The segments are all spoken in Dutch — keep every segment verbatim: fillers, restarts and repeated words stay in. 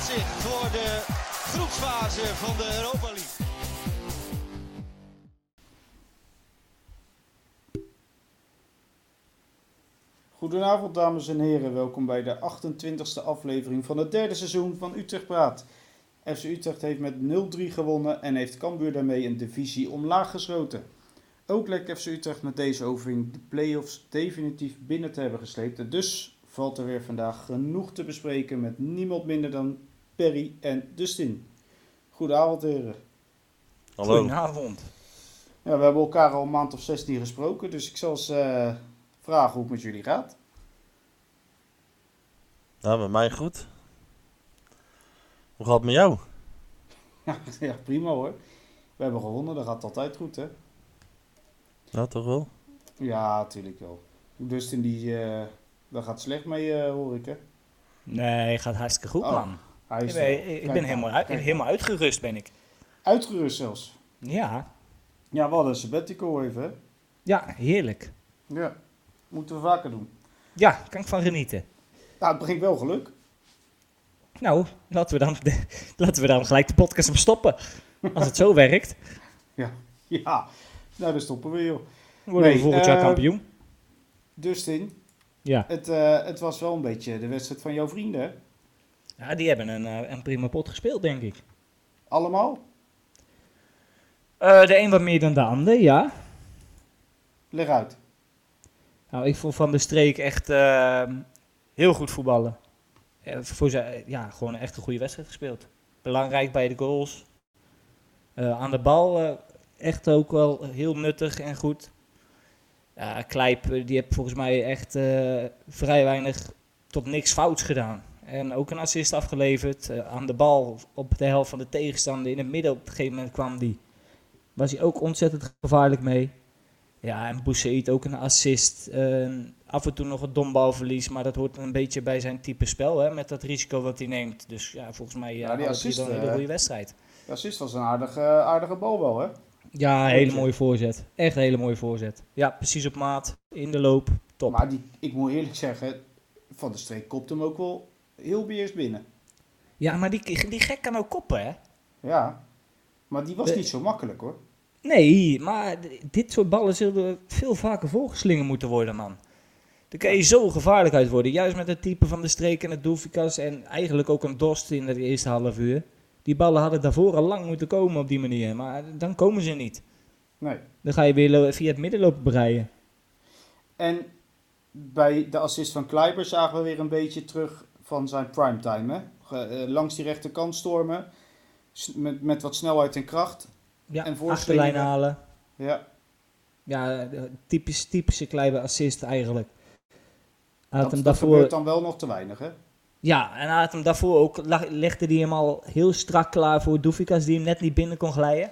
uitzicht voor de groepsfase van de Europa League. Goedenavond dames en heren, welkom bij de achtentwintigste aflevering van het derde seizoen van Utrecht Praat. F C Utrecht heeft met nul drie gewonnen en heeft Cambuur daarmee een divisie omlaag geschoten. Ook lijkt F C Utrecht met deze overwinning de play-offs definitief binnen te hebben gesleept. En dus valt er weer vandaag genoeg te bespreken met niemand minder dan Perry en Dustin. Goedenavond heren. Hallo. Goedenavond. Ja, we hebben elkaar al een maand of zestien gesproken, dus ik zal eens uh, vragen hoe het met jullie gaat. Nou, met mij goed. Hoe gaat het met jou? Ja, ja, prima hoor. We hebben gewonnen, dat gaat altijd goed hè. Ja, toch wel? Ja, natuurlijk wel. Dustin, die, uh, daar gaat slecht mee, uh, hoor ik, hè? Nee, gaat hartstikke goed, Oh, man. hij is ik ben, ik ben helemaal, uit, helemaal uitgerust, ben ik. Uitgerust zelfs? Ja. Ja, we hadden een sabbatical even, hè? Ja, heerlijk. Ja, moeten we vaker doen. Ja, kan ik van genieten. Nou, het brengt wel geluk. Nou, laten we dan, de, laten we dan gelijk de podcast maar stoppen. Als het zo werkt. Ja, ja. Nou, dan stoppen we, joh. Worden Nee, we volgend uh, jaar kampioen. Dustin, Ja. het, uh, het was wel een beetje de wedstrijd van jouw vrienden, hè? Ja, die hebben een, uh, een prima pot gespeeld, denk ik. Allemaal? Uh, de een wat meer dan de ander, ja. Leg uit. Nou, ik vond Van der Streek echt uh, heel goed voetballen. Uh, voor zijn, ja, gewoon echt een goede wedstrijd gespeeld. Belangrijk bij de goals. Uh, aan de bal uh, echt ook wel heel nuttig en goed. Uh, Klijp, die heeft volgens mij echt uh, vrij weinig tot niks fouts gedaan. En ook een assist afgeleverd. Uh, aan de bal op de helft van de tegenstander. In het midden op een gegeven moment kwam die. Was hij ook ontzettend gevaarlijk mee. Ja, en Boussaïd ook een assist. Uh, af en toe nog een dombalverlies. Maar dat hoort een beetje bij zijn type spel. Hè, met dat risico wat hij neemt. Dus ja, volgens mij uh, Ja, die had assist, hij dan een hele uh, goede wedstrijd. De assist was een aardige, aardige bal wel, hè? Ja, een hele mooie voorzet. Echt een hele mooie voorzet. Ja, precies op maat. In de loop. Top. Maar die, ik moet eerlijk zeggen, Van der Streek kopt hem ook wel heel beheerst binnen. Ja, maar die, die gek kan ook koppen, hè? Ja, maar die was De... niet zo makkelijk, hoor. Nee, maar dit soort ballen zullen veel vaker voorgeslingerd moeten worden, man. Daar kan je zo gevaarlijk uit worden. Juist met het type Van der Streek en het Doefikas en eigenlijk ook een Dost in het eerste half uur. Die ballen hadden daarvoor al lang moeten komen op die manier, maar dan komen ze niet. Nee. Dan ga je weer via het midden lopen breien. En bij de assist van Kleiber zagen we weer een beetje terug van zijn primetime, hè? Uh, langs die rechterkant stormen, met, met wat snelheid en kracht. Ja, en achterlijn halen. Ja. Ja, typisch, typische Kleiber assist eigenlijk. Hij Dat, hem dat daarvoor... gebeurt dan wel nog te weinig, hè? Ja, en hij had hem daarvoor ook, legde hij hem al heel strak klaar voor Doefikas, die hem net niet binnen kon glijden.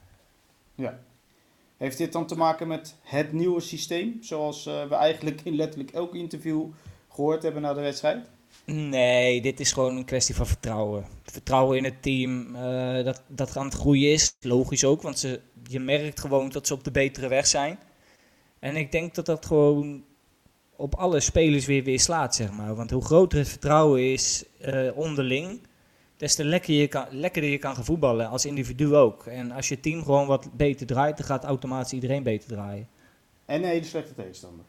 Ja. Heeft dit dan te maken met het nieuwe systeem, zoals uh, we eigenlijk in letterlijk elk interview gehoord hebben na de wedstrijd? Nee, dit is gewoon een kwestie van vertrouwen. Vertrouwen in het team, uh, dat, dat aan het groeien is. Logisch ook, want ze, je merkt gewoon dat ze op de betere weg zijn. En ik denk dat dat gewoon op alle spelers weer, weer slaat, zeg maar. Want hoe groter het vertrouwen is uh, onderling, des te lekker je kan, lekkerder je kan gaan voetballen, als individu ook. En als je team gewoon wat beter draait, dan gaat automatisch iedereen beter draaien. En een hele slechte tegenstander.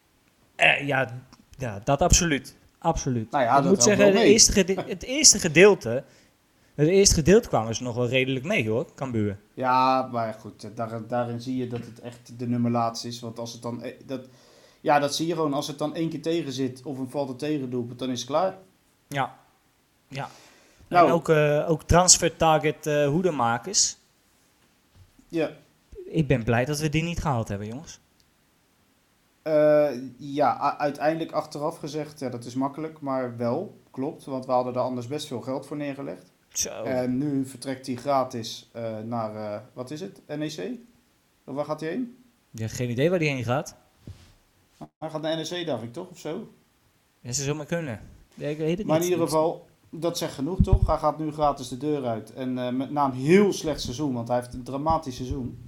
Uh, ja, ja, dat absoluut. Absoluut. Nou ja, ik dat moet zeggen, wel het mee. eerste, gede- het eerste gedeelte, het eerste gedeelte kwamen ze nog wel redelijk mee, hoor, Cambuur. Ja, maar goed, daar, daarin zie je dat het echt de nummer laatst is. Want als het dan, dat, ja, dat zie je gewoon. Als het dan één keer tegen zit of een valt er tegen doelpunt, dan is het klaar. Ja. Ja. Nou, en ook, uh, ook transfer target uh, hoedemakers. Ja. Ik ben blij dat we die niet gehaald hebben, jongens. Uh, ja, uiteindelijk achteraf gezegd, ja, dat is makkelijk, maar wel, klopt. Want we hadden er anders best veel geld voor neergelegd. Zo. En nu vertrekt hij gratis uh, naar, uh, wat is het, N E C? Of waar gaat hij heen? Je hebt geen idee waar die heen gaat. Hij gaat naar N E C, dacht ik, toch? Of zo? Ja, ze zomaar kunnen. Ja, ik weet het maar niet. in ieder geval, dat zegt genoeg, toch? Hij gaat nu gratis de deur uit. En uh, met, na een heel slecht seizoen, want hij heeft een dramatisch seizoen.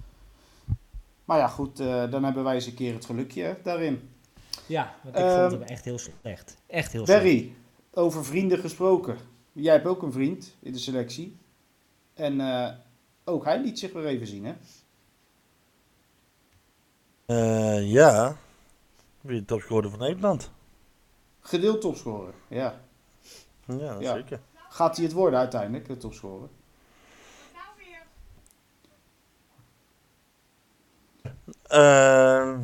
Maar ja, goed, uh, dan hebben wij eens een keer het gelukje hè, daarin. Ja, want ik Um, vond hem echt heel slecht. Echt heel Barry, slecht. over vrienden gesproken. Jij hebt ook een vriend in de selectie. En uh, ook hij liet zich weer even zien, hè? Uh, ja. Wie de topscorer van Nederland. Gedeeld topscorer, ja. Ja, ja. zeker. Gaat hij het worden uiteindelijk, de topscorer? Uh,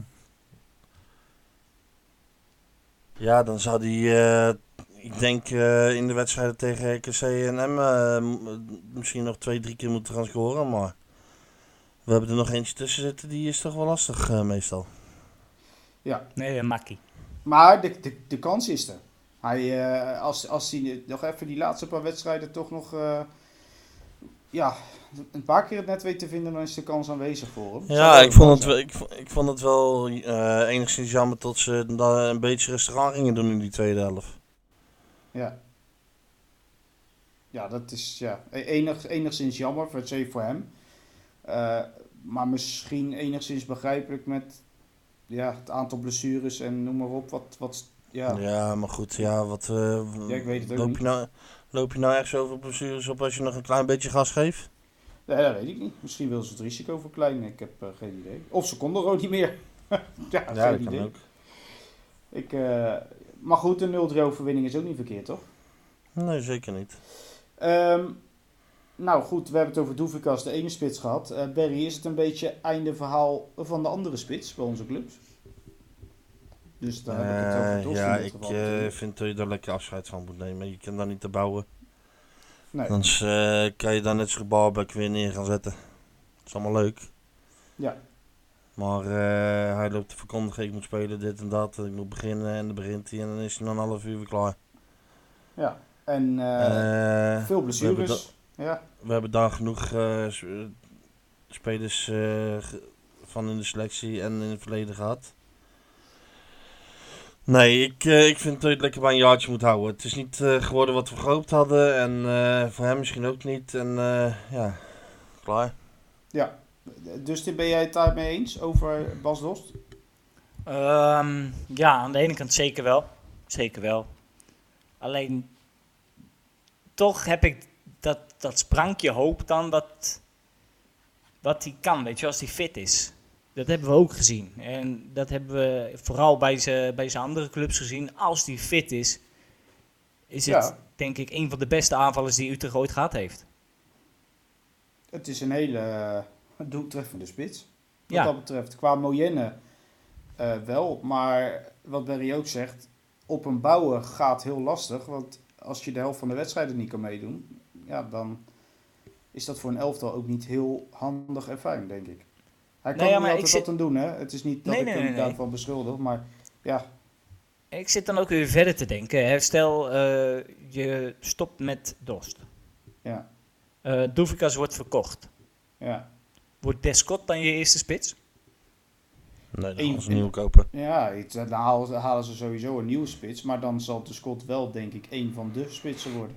ja, dan zou hij, uh, ik denk uh, in de wedstrijden tegen R K C en M uh, misschien nog twee, drie keer moeten gaan scoren. Maar we hebben er nog eentje tussen zitten, die is toch wel lastig uh, meestal. Ja. Nee, een makkie. Maar de, de, de kans is er. Hij, uh, als, als hij nog even die laatste paar wedstrijden toch nog uh, ja, een paar keer het net weet te vinden, dan is de kans aanwezig voor hem. Ja, ik vond, het wel, ik, ik vond het wel uh, enigszins jammer tot ze een beetje rustig aan gingen doen in die tweede helft. Ja. Ja, dat is ja, enig, enigszins jammer, voor het voor hem. Uh, maar misschien enigszins begrijpelijk met ja, het aantal blessures en noem maar op. Wat, wat, ja. ja, maar goed, ja, wat uh, ja, ik weet het ook loop, niet. Je nou, loop je nou echt zoveel blessures op als je nog een klein beetje gas geeft? Nee, dat weet ik niet. Misschien wil ze het risico verkleinen. Ik heb uh, geen idee. Of ze konden er ook niet meer. ja, ja, geen dat idee. kan ook. Ik, uh, maar goed, een nul drie overwinning is ook niet verkeerd, toch? Nee, zeker niet. Um, nou goed, we hebben het over Douvikas, de ene spits gehad. Uh, Barry, is het een beetje einde verhaal van de andere spits bij onze clubs? Dus daar uh, heb ik het over Dos. Ja, ik uh, vind dat je daar lekker afscheid van moet nemen. Je kan daar niet te bouwen. Nee. Dan uh, kan je daar net zo'n balbek weer neer gaan zetten. Dat is allemaal leuk. Ja. Maar uh, hij loopt te verkondigen, ik moet spelen, dit en dat. Ik moet beginnen en dan begint hij en dan is hij na een half uur weer klaar. Ja, en uh, uh, veel blessures. We ja. we hebben daar genoeg uh, spelers uh, van in de selectie en in het verleden gehad. Nee, ik, uh, ik vind dat je het lekker bij een jaartje moet houden. Het is niet uh, geworden wat we gehoopt hadden en uh, voor hem misschien ook niet. En uh, ja, klaar. Ja, dus ben jij het daarmee eens over Bas Dost? Um, ja, aan de ene kant zeker wel. Zeker wel. Alleen, toch heb ik dat, dat sprankje hoop dan dat, dat hij kan, weet je, als hij fit is. Dat hebben we ook gezien. En dat hebben we vooral bij zijn bij zijn andere clubs gezien. Als hij fit is, is het ja. denk ik een van de beste aanvallers die Utrecht ooit gehad heeft. Het is een hele uh, doeltreffende spits. Wat ja. dat betreft. Qua Moyenne uh, wel. Maar wat Barry ook zegt, op een bouwen gaat heel lastig. Want als je de helft van de wedstrijden niet kan meedoen, ja, dan is dat voor een elftal ook niet heel handig en fijn, denk ik. Hij kan nee, ja, niet altijd zit... dat aan doen, hè. Het is niet dat nee, ik nee, hem nee, daarvan nee. beschuldig, maar ja. Ik zit dan ook weer verder te denken. Hè. Stel, uh, je stopt met Dost. Ja. Uh, Douvikas wordt verkocht. Ja. Wordt Descott dan je eerste spits? Nee, dan gaan ze een nieuwe kopen. Ja, dan halen ze, halen ze sowieso een nieuwe spits. Maar dan zal Descott wel, denk ik, één van de spitsen worden.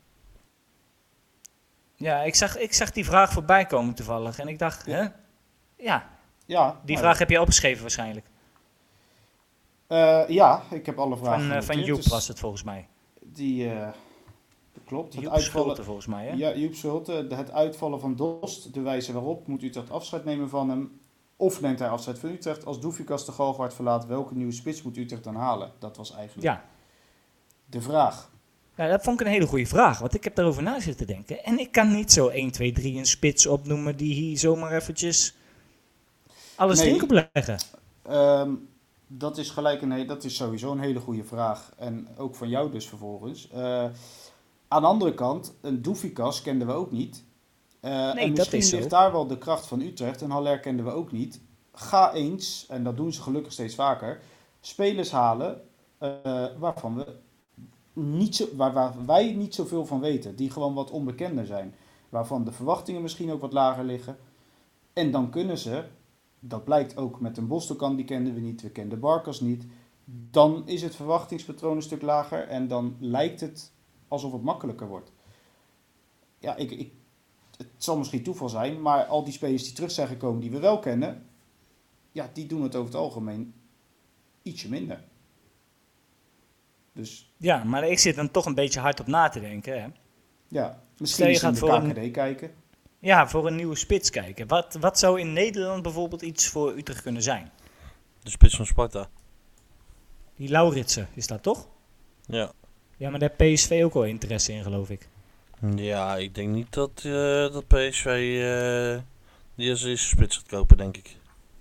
Ja, ik zag, ik zag die vraag voorbij komen toevallig. En ik dacht, ja. hè? Ja. ja die vraag ja. heb je opgeschreven waarschijnlijk. Uh, ja, ik heb alle vragen Van, uh, van Joep dus was het volgens mij. Die... Uh, Klopt. Joep het uitvallen, Schulte volgens mij, hè? Ja, Joep Schulte. Het uitvallen van Dost, de wijze waarop, moet Utrecht afscheid nemen van hem. Of neemt hij afscheid van Utrecht. Als Douvikas de Galgenwaard verlaat, welke nieuwe spits moet Utrecht dan halen? Dat was eigenlijk ja. de vraag. Ja, dat vond ik een hele goede vraag, want ik heb daarover na zitten denken. En ik kan niet zo één, twee, drie een spits opnoemen die hier zomaar eventjes alles nee. drink op leggen. Um, dat is gelijk een, dat is sowieso een hele goede vraag. En ook van jou dus vervolgens. Uh, Aan de andere kant, een Douvikas kenden we ook niet. Uh, nee, en misschien ligt daar wel de kracht van Utrecht. En Haller kenden we ook niet. Ga eens, en dat doen ze gelukkig steeds vaker, spelers halen uh, waarvan we niet zo, waar, waar wij niet zoveel van weten. Die gewoon wat onbekender zijn. Waarvan de verwachtingen misschien ook wat lager liggen. En dan kunnen ze, dat blijkt ook met een Bostokan, die kenden we niet. We kenden Barkas niet. Dan is het verwachtingspatroon een stuk lager. En dan lijkt het alsof het makkelijker wordt. Ja, ik, ik, het zal misschien toeval zijn, maar al die spelers die terug zijn gekomen die we wel kennen, ja, die doen het over het algemeen ietsje minder. Dus. Ja, maar ik zit dan toch een beetje hard op na te denken. Hè? Ja, misschien Stel je eens in gaat de voor een- K K D kijken. Ja, voor een nieuwe spits kijken. Wat, wat zou in Nederland bijvoorbeeld iets voor Utrecht kunnen zijn? De spits van Sparta. Die Lauritsen, is dat toch? Ja. Ja, maar daar heeft P S V ook wel interesse in, geloof ik. Ja, ik denk niet dat, eh, dat P S V eh, die als eerste spits gaat kopen, denk ik.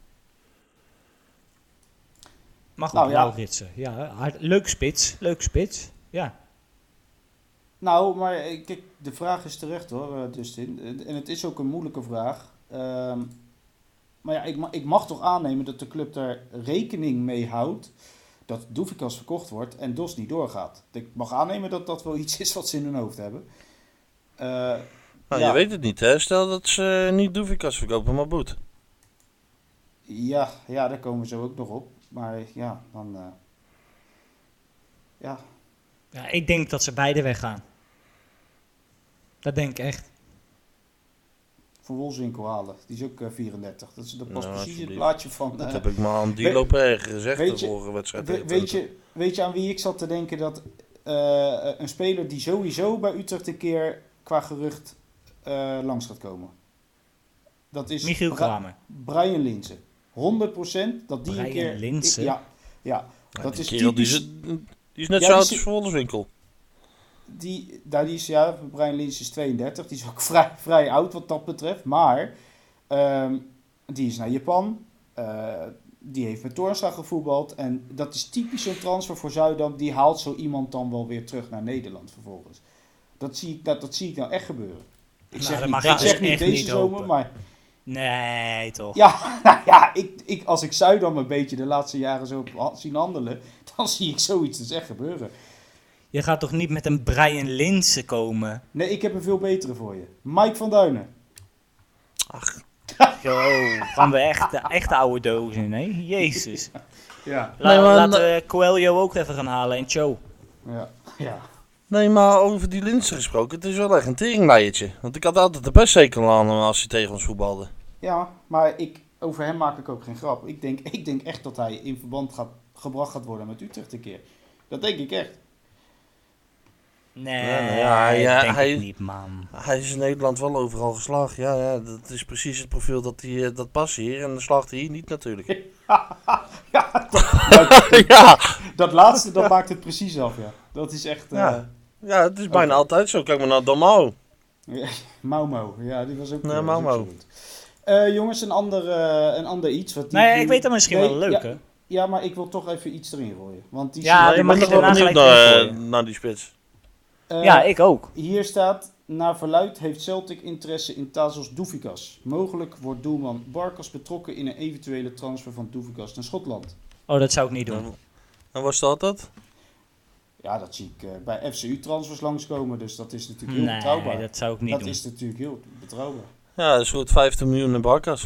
Maar goed, Nou, ja. Lauritsen. Ja, hard- leuk spits. Leuk spits. Ja. Nou, maar eh, kijk, de vraag is terecht hoor, eh, Dustin. En- En het is ook een moeilijke vraag. Ehm, maar ja, ik, ma- ik mag toch aannemen dat de club daar rekening mee houdt dat Doefikas verkocht wordt en Dos niet doorgaat. Ik mag aannemen dat dat wel iets is wat ze in hun hoofd hebben. Eh, Nou, ja, je weet het niet, hè? Stel dat ze niet Doefikas verkopen, maar Boet. ja, ja, daar komen we zo ook nog op. Maar ja, dan... eh, ja, Ja, ik denk dat ze beide weggaan. Dat denk ik echt. Van Wolfswinkel halen. Die is ook eh, vierendertig. Dat is dat past Nou, precies het alsjeblieft. plaatje van... Dat eh, heb ik maar aan weet- Dilo Perg gezegd weet de je- vorige wedstrijd. We- tegen weet, Twente. je, weet je aan wie ik zat te denken dat eh, een speler die sowieso bij Utrecht een keer qua gerucht eh, langs gaat komen? Dat is Michiel Bra- Kramer. Brian Linsen. honderd procent dat die Brian een keer... Linssen? Ja, ja. Ja, dat die is kerel, die, typisch... is, die is net Ja, zo die oud zit- als Wolfswinkel. Die, nou, die is, ja, Brian Linsen is tweeëndertig. Die is ook vrij, vrij oud wat dat betreft. Maar ehm, die is naar Japan. Eh, die heeft met Toornstra gevoetbald. En dat is typisch zo'n transfer voor Zuidam. Die haalt zo iemand dan wel weer terug naar Nederland vervolgens. Dat zie ik, dat, dat zie ik nou echt gebeuren. Ik Nou, zeg dat niet, mag ik ik dus zeg niet echt deze niet zomer, hopen. maar... Nee, toch? Ja, nou ja, ik, ik, als ik Zuidam een beetje de laatste jaren zo heb ha- zien handelen... dan zie ik zoiets dus echt gebeuren. Je gaat toch niet met een Brian Linssen komen? Nee, ik heb een veel betere voor je. Mike van Duinen. Ach, Yo, gaan we echt, echt oude dozen, nee? Jezus. Ja. La, Nee, maar- laten we Coelho ook even gaan halen en Cho. Ja. Ja. nee, maar over die Linsen gesproken, het is wel echt een teringleiertje. Want ik had altijd de best zeker aan hem als hij tegen ons voetbalde. Ja, maar ik, over hem maak ik ook geen grap. Ik denk, ik denk echt dat hij in verband gaat, gebracht gaat worden met Utrecht een keer. Dat denk ik echt. Nee, Ja, nou ja, ja, denk hij- ik niet, man. Hij is in Nederland wel overal geslaagd. Ja, ja, dat is precies het profiel dat, hij, eh, dat past hier. En dan slaagt hij hier niet natuurlijk. Ja, dat, ja, dat laatste, dat maakt het precies af, ja. Dat is echt... eh Ja. ja, het is bijna Oké. altijd zo. Kijk maar naar Domao. Maumo, ja, die was ook, Nee, eh, was ook Maumo. zo goed. Eh, jongens, een ander, eh, een ander iets. Wat die, Nee, die- ik weet dat misschien nee, wel leuk, ja, hè? Ja, maar ik wil toch even iets erin gooien. Want die Ja, zit- dan ik mag ben je toch wel daarna benieuwd gelijk naar, erin eh, gooien. naar die spits. eh, Ja, ik ook. Hier staat, naar verluidt heeft Celtic interesse in Tazos Doufikas. Mogelijk wordt doelman Barkas betrokken in een eventuele transfer van Doufikas naar Schotland. Oh, dat zou ik niet doen. En, en waar staat dat? Ja, dat zie ik eh, bij F C U transfers langskomen, dus dat is natuurlijk heel betrouwbaar. Nee, dat zou ik niet dat doen. is natuurlijk heel betrouwbaar. Ja, dat is goed vijftig miljoen in Barkas.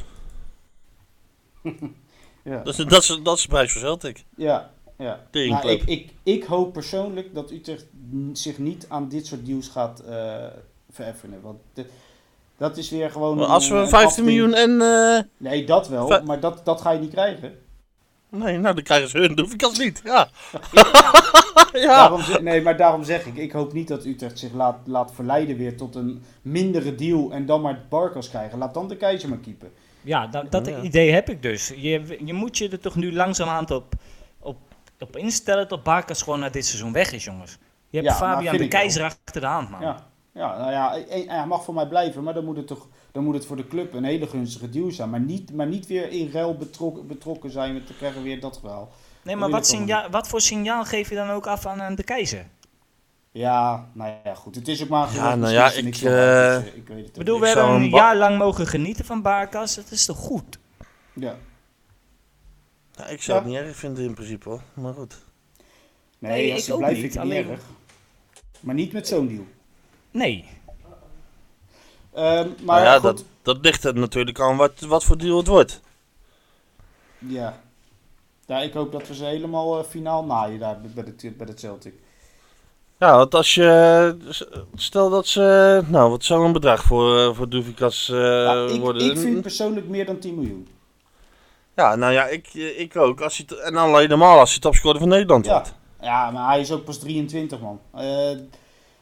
Ja, Dat is, dat, is, dat is de prijs voor Celtic. ja. ja. Teringclub. Nou, ik, ik, ik hoop persoonlijk dat Utrecht n- zich niet aan dit soort deals gaat eh vereffenen. Want de- dat is weer gewoon... Maar een, als we eh, een vijftien afding. miljoen en... eh, Nee, dat wel, Vij- maar dat, dat ga je niet krijgen. nee, nou dan krijgen ze hun Doufikas niet. Ja. ja. Daarom, ze- nee, maar daarom zeg ik, ik hoop niet dat Utrecht zich laat, laat verleiden weer tot een mindere deal en dan maar Barkas krijgen. Laat dan de keizer maar keepen. Ja, dat, dat Ja. idee heb ik dus. Je, je moet je er toch nu langzamerhand op, op, op instellen dat Barkas gewoon na dit seizoen weg is, jongens. Je hebt Ja, maar Fabian vind de ik wel. Keizer achter de hand, man. Ja, ja, nou ja, hij- hij mag voor mij blijven, maar dan moet het toch, dan moet het voor de club een hele gunstige deal zijn. Maar niet, maar niet weer in ruil betrokken, betrokken zijn, want dan krijgen we weer dat verhaal. Nee, Dat maar wil wat, ik allemaal signaal, wat voor signaal geef je dan ook af aan, aan de Keizer? Ja, nou ja, goed. Het is ook maar een Ja, gerucht, nou misschien ja, is er niks ik, van waar, eh, dus, eh, ik weet het Ik ook bedoel, niet. we zou hebben een een ba- jaar lang mogen genieten van Barkas. Dat is toch goed? Ja. Ja, ik zou Ja. het niet erg vinden in principe hoor. Maar goed. Nee, Nee, als ik hij ook blijft niet, vind ik het niet alleen- erg. Maar niet met zo'n deal. Nee. Ehm, maar Maar ja, goed, dat, dat ligt er natuurlijk aan wat, wat voor deal het wordt. ja. Ja, ik hoop dat we ze helemaal eh, finaal naaien daar bij de, bij de Celtic. Ja, want als je... Stel dat ze... Nou, wat zou een bedrag voor, eh, voor Doufikas eh Ja, ik, worden? ik vind persoonlijk meer dan tien miljoen. Ja, nou ja, ik, eh, ik ook. Als hij, t- en dan helemaal als hij topscorer van Nederland Ja. wordt. Ja, maar hij is ook pas drieëntwintig, man. Eh,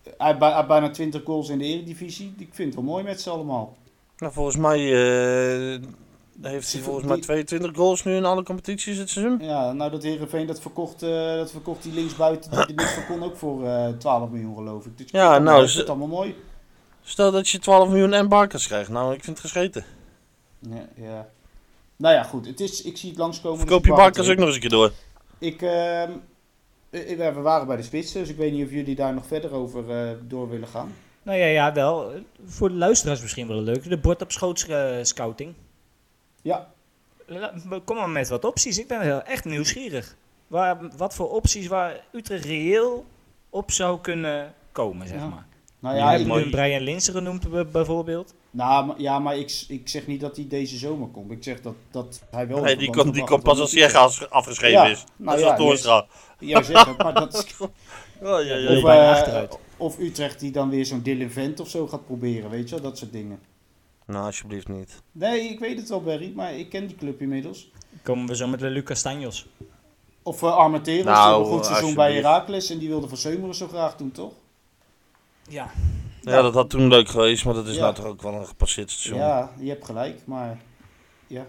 hij heeft bij- hij heeft bijna twintig goals in de Eredivisie. Ik vind het wel mooi met z'n allemaal. Nou, volgens mij uh, heeft hij volgens mij tweeëntwintig goals nu in alle competities dit seizoen. Ja, nou dat Heerenveen dat verkocht, uh, dat verkocht die linksbuiten die er niks van kon ook voor uh, twaalf miljoen geloof ik. Dus ik Ja, vind nou, het ze- allemaal mooi. Stel dat je twaalf miljoen en Barkers krijgt. Nou, ik vind het gescheten. Ja, ja. Nou ja, goed. Het is, ik zie het langskomen. Verkoop dus je ik wacht Barkers ook erop. nog eens een keer door. Ik, uh, we waren bij de spits, dus ik weet niet of jullie daar nog verder over uh, door willen gaan. Nou ja, ja, wel. Voor de luisteraars misschien wel leuk. De bord op schoots uh, scouting. Ja, La- Kom maar met wat opties. Ik ben heel echt nieuwsgierig. Waar, wat voor opties waar Utrecht reëel op zou kunnen komen, zeg Ja. maar. nou Je ja, hebt ik, nu Brian Linsen genoemd b- bijvoorbeeld. nou, maar- ja maar ik, ik zeg niet dat hij deze zomer komt. Ik zeg dat, dat hij wel... Nee, in die verband komt, die gebracht komt pas als wordt hij met echt afge- afgeschreven Ja, is. nou dat is ja, wel Toornstra. Jij zegt het, maar dat is... Oh, ja, ja, Of, ja. Of, bijna eh, achteruit. of Utrecht die dan weer zo'n Dylan Vent of zo gaat proberen, weet je wel, dat soort dingen. Nou, alsjeblieft niet. Nee, ik weet het wel, Barry, maar ik ken die club inmiddels. Komen we zo met de Lucas Stanjos. Of uh, Armenteros, Nou, die had een goed seizoen bij alsjeblieft. Heracles en die wilde van Seumeren zo graag doen, toch? Ja. Ja, dat had toen leuk geweest, maar dat is Ja. nou toch ook wel een gepasseerd seizoen. Ja, Ja, je hebt gelijk, maar ja.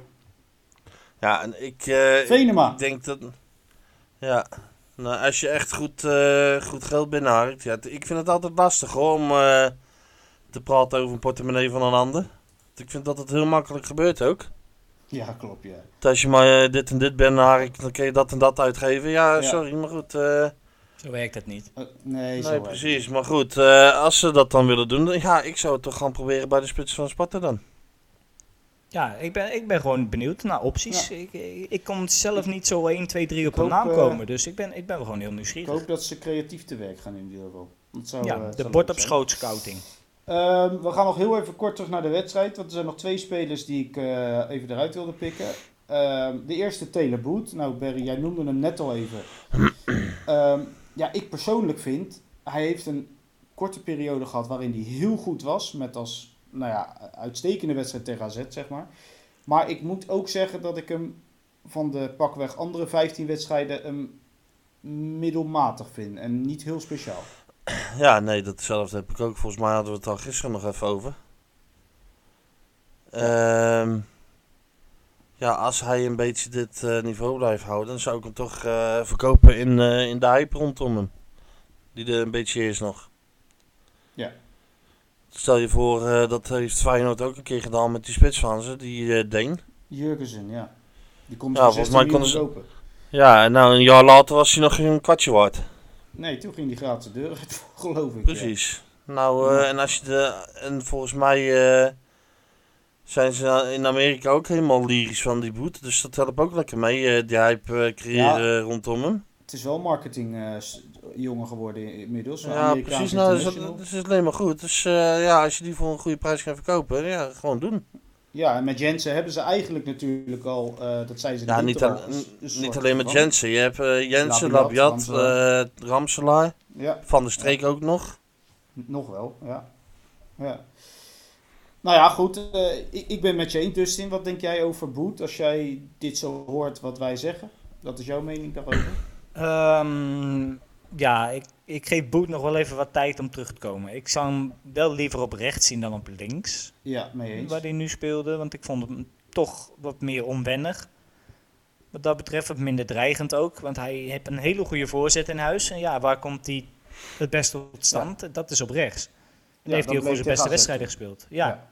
en ik, eh, Venema. ik denk dat... Ja, nou, als je echt goed, eh, goed geld binnenharkt... Ja, t- ik vind het altijd lastig hoor, om eh, te praten over een portemonnee van een ander. Ik vind dat het heel makkelijk gebeurt ook. Ja, klopt, ja. Dat als je maar eh, dit en dit binnenharkt, dan kun je dat en dat uitgeven. Ja, Ja. sorry, maar goed... eh, Zo werkt het niet. Uh, nee, zo Nee, werkt het precies. niet. Maar goed, eh, als ze dat dan willen doen, dan, ja, ik zou het toch gaan proberen bij de spits van Sparta dan. Ja, ik ben, ik ben gewoon benieuwd naar opties. Ja. Ik, ik, ik kon zelf niet zo één, twee, drie op Ik een hoop, naam eh, komen. Dus ik ben, ik ben gewoon heel Ik nieuwsgierig. hoop dat ze creatief te werk gaan in ieder geval. Dat zou, Ja, eh, de zou bord leuk op zijn. schoot scouting. Ehm, we gaan nog heel even kort terug naar de wedstrijd, want er zijn nog twee spelers die ik eh, even eruit wilde pikken. Ehm, de eerste, Taylor Boot. Nou Barry, jij noemde hem net al even. Ehm, ja, ik persoonlijk vind, hij heeft een korte periode gehad waarin hij heel goed was, met als, nou ja, uitstekende wedstrijd tegen A Z, zeg maar. Maar ik moet ook zeggen dat ik hem van de pakweg andere vijftien wedstrijden hem middelmatig vind en niet heel speciaal. Ja, nee, datzelfde heb ik ook. Volgens mij hadden we het al gisteren nog even over. Ehm, ja, als hij een beetje dit eh, niveau blijft houden, dan zou ik hem toch eh, verkopen in, eh, in de hype rondom hem. Die er een beetje is nog. Ja. Stel je voor, eh, dat heeft Feyenoord ook een keer gedaan met die spits van ze, die eh Deen. Jurgensen, ja. Die komt Ja, voor volgens zestien mij miljoen konden ze- kopen. Ja, en nou een jaar later was hij nog geen kwartje waard. Nee, toen ging die gratis de deur uit, geloof ik. Precies. Nou, eh, Ja. en als je de. En volgens mij eh, zijn ze in Amerika ook helemaal lyrisch van die boet. Dus dat helpt ook lekker mee, eh, die hype eh, creëren rondom hem. Het is wel marketing eh, s- jongen geworden inmiddels. Ja, Amerikaans precies. Nou, dat is, international. dat is alleen maar goed. Dus eh, ja, als je die voor een goede prijs kan verkopen, ja, gewoon doen. Ja, en met Jensen hebben ze eigenlijk natuurlijk al, eh, dat zei ze Ja, in de niet, intro al- al, een- een niet soort alleen met van- Jensen. Je hebt eh, Jensen, Labiat, Labiat, Ramselaar. eh, Ramselaar, Ja, Van der Streek ook nog. nog wel, ja. ja. Nou ja, goed. eh, ik, ik ben met je eens, Dustin. Wat denk jij over Boet als jij dit zo hoort wat wij zeggen? Wat is jouw mening daarover? Ehm, ja, ik, ik geef Boet nog wel even wat tijd om terug te komen. Ik zou hem wel liever op rechts zien dan op links, Ja, mee eens. waar hij nu speelde. Want ik vond hem toch wat meer onwennig. Wat dat betreft wat minder dreigend ook. Want hij heeft een hele goede voorzet in huis. En ja, waar komt hij het beste tot stand? Dat is op rechts. En Ja, heeft dat hij ook voor bleek zijn beste tegen A Z. wedstrijden gespeeld. Ja. Ja.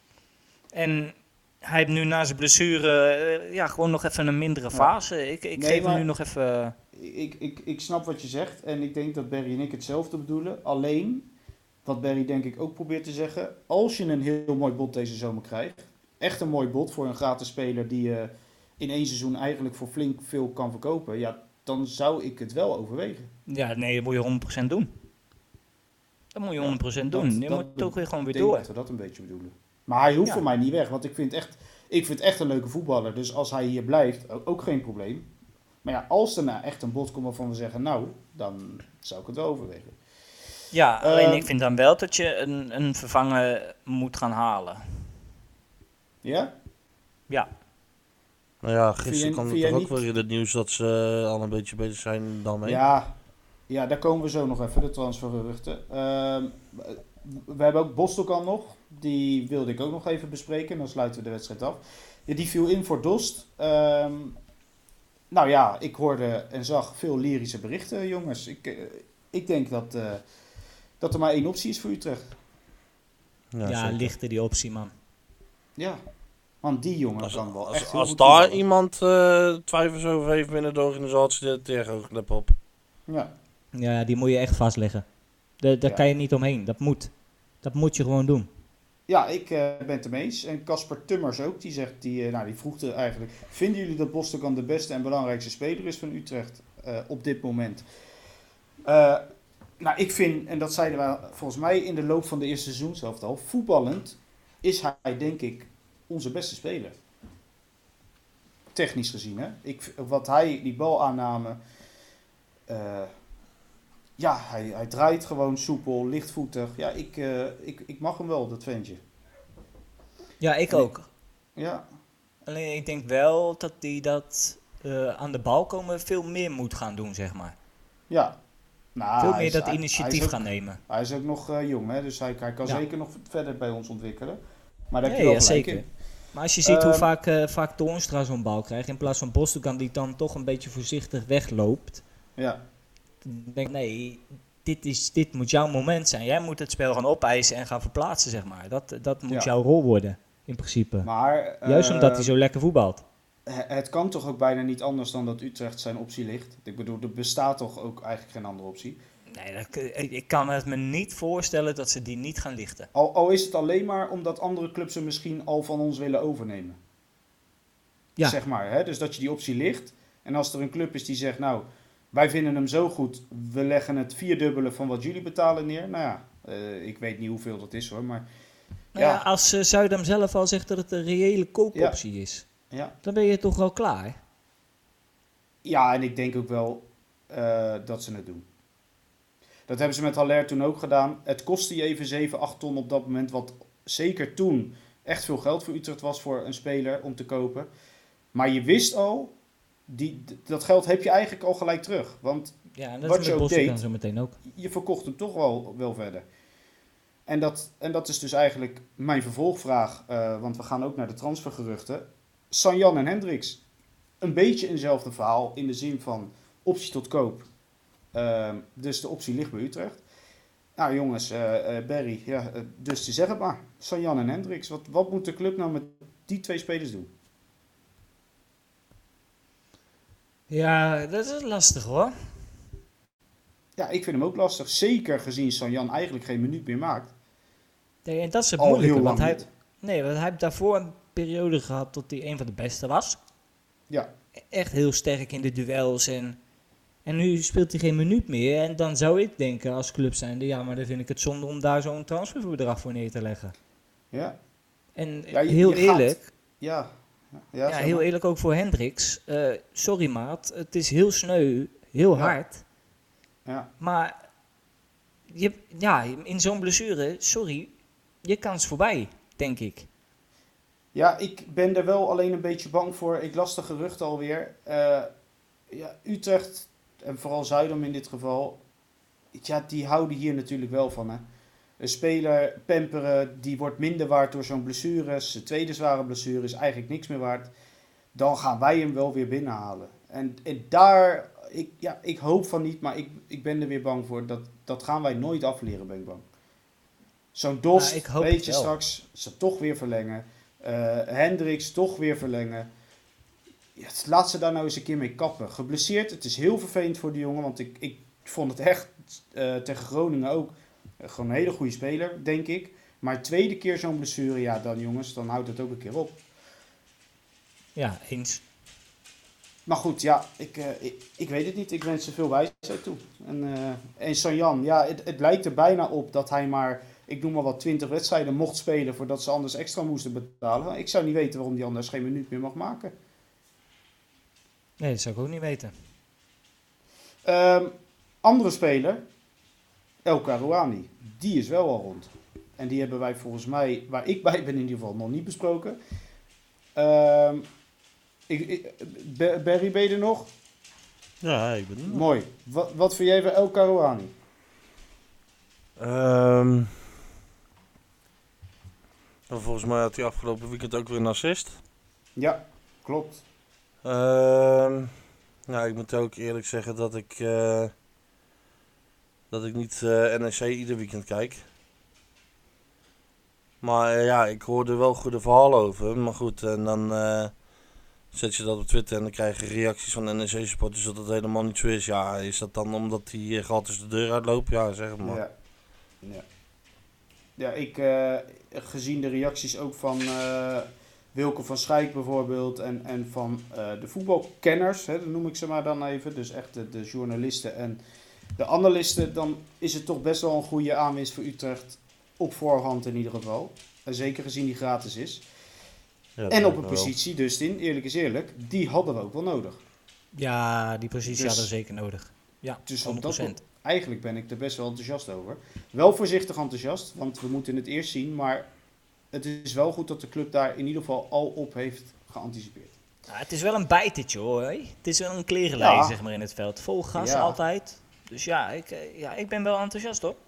En hij heeft nu na zijn blessure eh, ja, gewoon nog even een mindere fase. Ik, ik Nee, geef maar- hem nu nog even... Ik, ik, ik snap wat je zegt en ik denk dat Barry en ik hetzelfde bedoelen. Alleen, wat Barry denk ik ook probeert te zeggen, als je een heel mooi bod deze zomer krijgt, echt een mooi bod voor een gratis speler die je in één seizoen eigenlijk voor flink veel kan verkopen, ja, dan zou ik het wel overwegen. Ja, nee, dat moet je honderd procent doen. Dat moet je honderd procent Dat- doen. Je dat moet be- toch weer gewoon Ik weer denk door. dat we dat een beetje bedoelen. Maar hij hoeft Ja. voor mij niet weg, want ik vind, echt, ik vind echt een leuke voetballer. Dus als hij hier blijft, ook, ook geen probleem. Maar ja, als er nou echt een bod komt waarvan we zeggen, nou, dan zou ik het wel overwegen. Ja, alleen Ehm, ik vind dan wel dat je een, een vervanger moet gaan halen. Ja? Ja, Nou ja, Vind gisteren je- kwam er vind jij toch ook niet- weer in het nieuws dat ze eh, al een beetje bezig zijn daarmee. Ja, Ja, daar komen we zo nog even, de transfergeruchten. Uh, we hebben ook Bostelkan nog. Die wilde ik ook nog even bespreken. Dan sluiten we de wedstrijd af. Ja, die viel in voor Dost. Um, nou ja, ik hoorde en zag veel lyrische berichten, jongens. Ik, uh, ik denk dat, uh, dat er maar één optie is voor Utrecht. Ja, ja lichter die optie, man. Ja, want die jongen als, kan wel als, echt heel Als goed daar voetballen. iemand uh, twijfels over heeft binnen de organisatie, de tegenklep op. Ja. Ja, die moet je echt vastleggen. De, daar Ja. kan je niet omheen. Dat moet. Dat moet je gewoon doen. Ja, ik uh, ben het ermee eens. En Casper Tummers ook, die zegt, die, uh, nou, die vroeg er eigenlijk: vinden jullie dat Bostelkan de beste en belangrijkste speler is van Utrecht uh, op dit moment? Uh, nou, ik vind, en dat zeiden we volgens mij in de loop van de eerste seizoenshelft al, voetballend is hij denk ik onze beste speler. Technisch gezien, hè. Ik, wat hij, die balaanname, uh, ja, hij, hij draait gewoon soepel, lichtvoetig. Ja, ik, uh, ik, ik mag hem wel, dat ventje. Ja, ik ook. Ja. Alleen ik denk wel dat hij dat uh, aan de bal komen veel meer moet gaan doen, zeg maar. Ja. Nou, veel meer is, dat hij, initiatief hij ook, gaan nemen. Hij is ook nog uh, jong, hè, dus hij, hij kan ja. zeker nog verder bij ons ontwikkelen. Maar daar heb nee, je wel ja, gelijk zeker. in. Maar als je ziet uh, hoe vaak, uh, vaak Toornstra zo'n bal krijgt, in plaats van Bostelkan die dan toch een beetje voorzichtig wegloopt. Ja. Dan denk ik, nee, dit, is, dit moet jouw moment zijn. Jij moet het spel gaan opeisen en gaan verplaatsen, zeg maar. Dat, dat moet ja. jouw rol worden, in principe. Maar, juist uh, omdat hij zo lekker voetbalt. Het kan toch ook bijna niet anders dan dat Utrecht zijn optie ligt? Ik bedoel, er bestaat toch ook eigenlijk geen andere optie? Nee, dat, ik kan het me niet voorstellen dat ze die niet gaan lichten. Al, al is het alleen maar omdat andere clubs hem misschien al van ons willen overnemen. Ja. Zeg maar, hè? Dus dat je die optie ligt. En als er een club is die zegt, nou, wij vinden hem zo goed, we leggen het vierdubbele van wat jullie betalen neer. Nou ja, uh, ik weet niet hoeveel dat is hoor, maar... Nou ja, ja als uh, Zuidam zelf al zegt dat het een reële koopoptie ja. is, ja. dan ben je toch wel klaar? Ja, en ik denk ook wel uh, dat ze het doen. Dat hebben ze met Haller toen ook gedaan. Het kostte je even zeven, acht ton op dat moment. Wat zeker toen echt veel geld voor Utrecht was voor een speler om te kopen. Maar je wist al, die, dat geld heb je eigenlijk al gelijk terug. Want ja, en dat wat is je met ook deed, zo meteen ook. je verkocht hem toch wel, wel verder. En dat, en dat is dus eigenlijk mijn vervolgvraag. Uh, want we gaan ook naar de transfergeruchten. Sanjan en Hendricks. Een beetje eenzelfde verhaal in de zin van optie tot koop. Uh, dus de optie ligt bij Utrecht. Nou jongens, uh, uh, Barry, ja, uh, dus te zeggen maar. Sanjan en Hendricks, wat, wat moet de club nou met die twee spelers doen? Ja, dat is lastig hoor. Ja, ik vind hem ook lastig. Zeker gezien Sanjan eigenlijk geen minuut meer maakt. Nee, en dat is het Al moeilijke. heel Want lang hij, niet. nee, want hij heeft daarvoor een periode gehad tot hij een van de beste was. Ja. Echt heel sterk in de duels en... En nu speelt hij geen minuut meer. En dan zou ik denken als club zijnde, ja, maar dan vind ik het zonde om daar zo'n transferbedrag voor neer te leggen. Ja. En ja, je, heel je eerlijk, gaat, ja. Ja, ja, heel eerlijk ook voor Hendricks. Uh, sorry maat, het is heel sneu, heel ja. hard. Ja. Maar je, ja, in zo'n blessure, sorry, je kans voorbij, denk ik. Ja, ik ben er wel alleen een beetje bang voor. Ik las de geruchten alweer. Uh, ja, Utrecht... En vooral Zuidam in dit geval, ja, die houden hier natuurlijk wel van. Hè. Een speler pamperen, die wordt minder waard door zo'n blessure. Zijn tweede zware blessure is eigenlijk niks meer waard. Dan gaan wij hem wel weer binnenhalen. En, en daar, ik, ja, ik hoop van niet, maar ik, ik ben er weer bang voor. Dat, dat gaan wij nooit afleren, ben ik bang. Zo'n Dost, nou, weet je straks, ze toch weer verlengen. Uh, Hendricks toch weer verlengen. Ja, laat ze daar nou eens een keer mee kappen. Geblesseerd, het is heel vervelend voor die jongen. Want ik, ik vond het echt uh, tegen Groningen ook uh, gewoon een hele goede speler, denk ik. Maar tweede keer zo'n blessure, ja dan jongens, dan houdt het ook een keer op. Ja, eens. Maar goed, ja, ik, uh, ik, ik weet het niet. Ik wens ze veel wijsheid toe. En, uh, en Sanjan, ja, het, het lijkt er bijna op dat hij maar, ik noem maar wat, twintig wedstrijden mocht spelen voordat ze anders extra moesten betalen. Ik zou niet weten waarom die anders geen minuut meer mag maken. Nee, dat zou ik ook niet weten. Um, andere speler, El Karouani, die is wel al rond. En die hebben wij volgens mij, waar ik bij ben in ieder geval, nog niet besproken. Um, ik, ik, Barry, ben je er nog? Ja, ik ben er nog. Mooi. Wat, wat vind jij van El Karouani? Ehm, volgens mij had hij afgelopen weekend ook weer een assist. Ja, klopt. Ehm, nou, ik moet ook eerlijk zeggen dat ik, uh, dat ik niet uh, N E C ieder weekend kijk. Maar uh, ja, ik hoorde wel goede verhalen over. Maar goed, en dan uh, zet je dat op Twitter en dan krijg je reacties van N E C supporters dat het helemaal niet zo is. Ja, is dat dan omdat die uh, gratis de deur uitloopt? Ja, zeg het maar. Ja, ja. ja ik, uh, gezien de reacties ook van uh, Wilke van Schijk bijvoorbeeld en, en van uh, de voetbalkenners, hè, dat noem ik ze maar dan even, dus echt de, de journalisten en de analisten, dan is het toch best wel een goede aanwinst voor Utrecht, op voorhand in ieder geval. En zeker gezien die gratis is. Ja, en op een wel. positie, Dustin, eerlijk is eerlijk, die hadden we ook wel nodig. Ja, die positie Dus- hadden we zeker nodig. Ja, Dus op honderd dat procent. Eigenlijk ben ik er best wel enthousiast over. Wel voorzichtig enthousiast, want we moeten het eerst zien. Maar het is wel goed dat de club daar in ieder geval al op heeft geanticipeerd. Ja, het is wel een bijtetje hoor. Hè? Het is wel een klerenlijn Ja. zeg maar in het veld. Vol gas Ja. altijd. Dus ja ik, eh, ja, ik ben wel enthousiast hoor.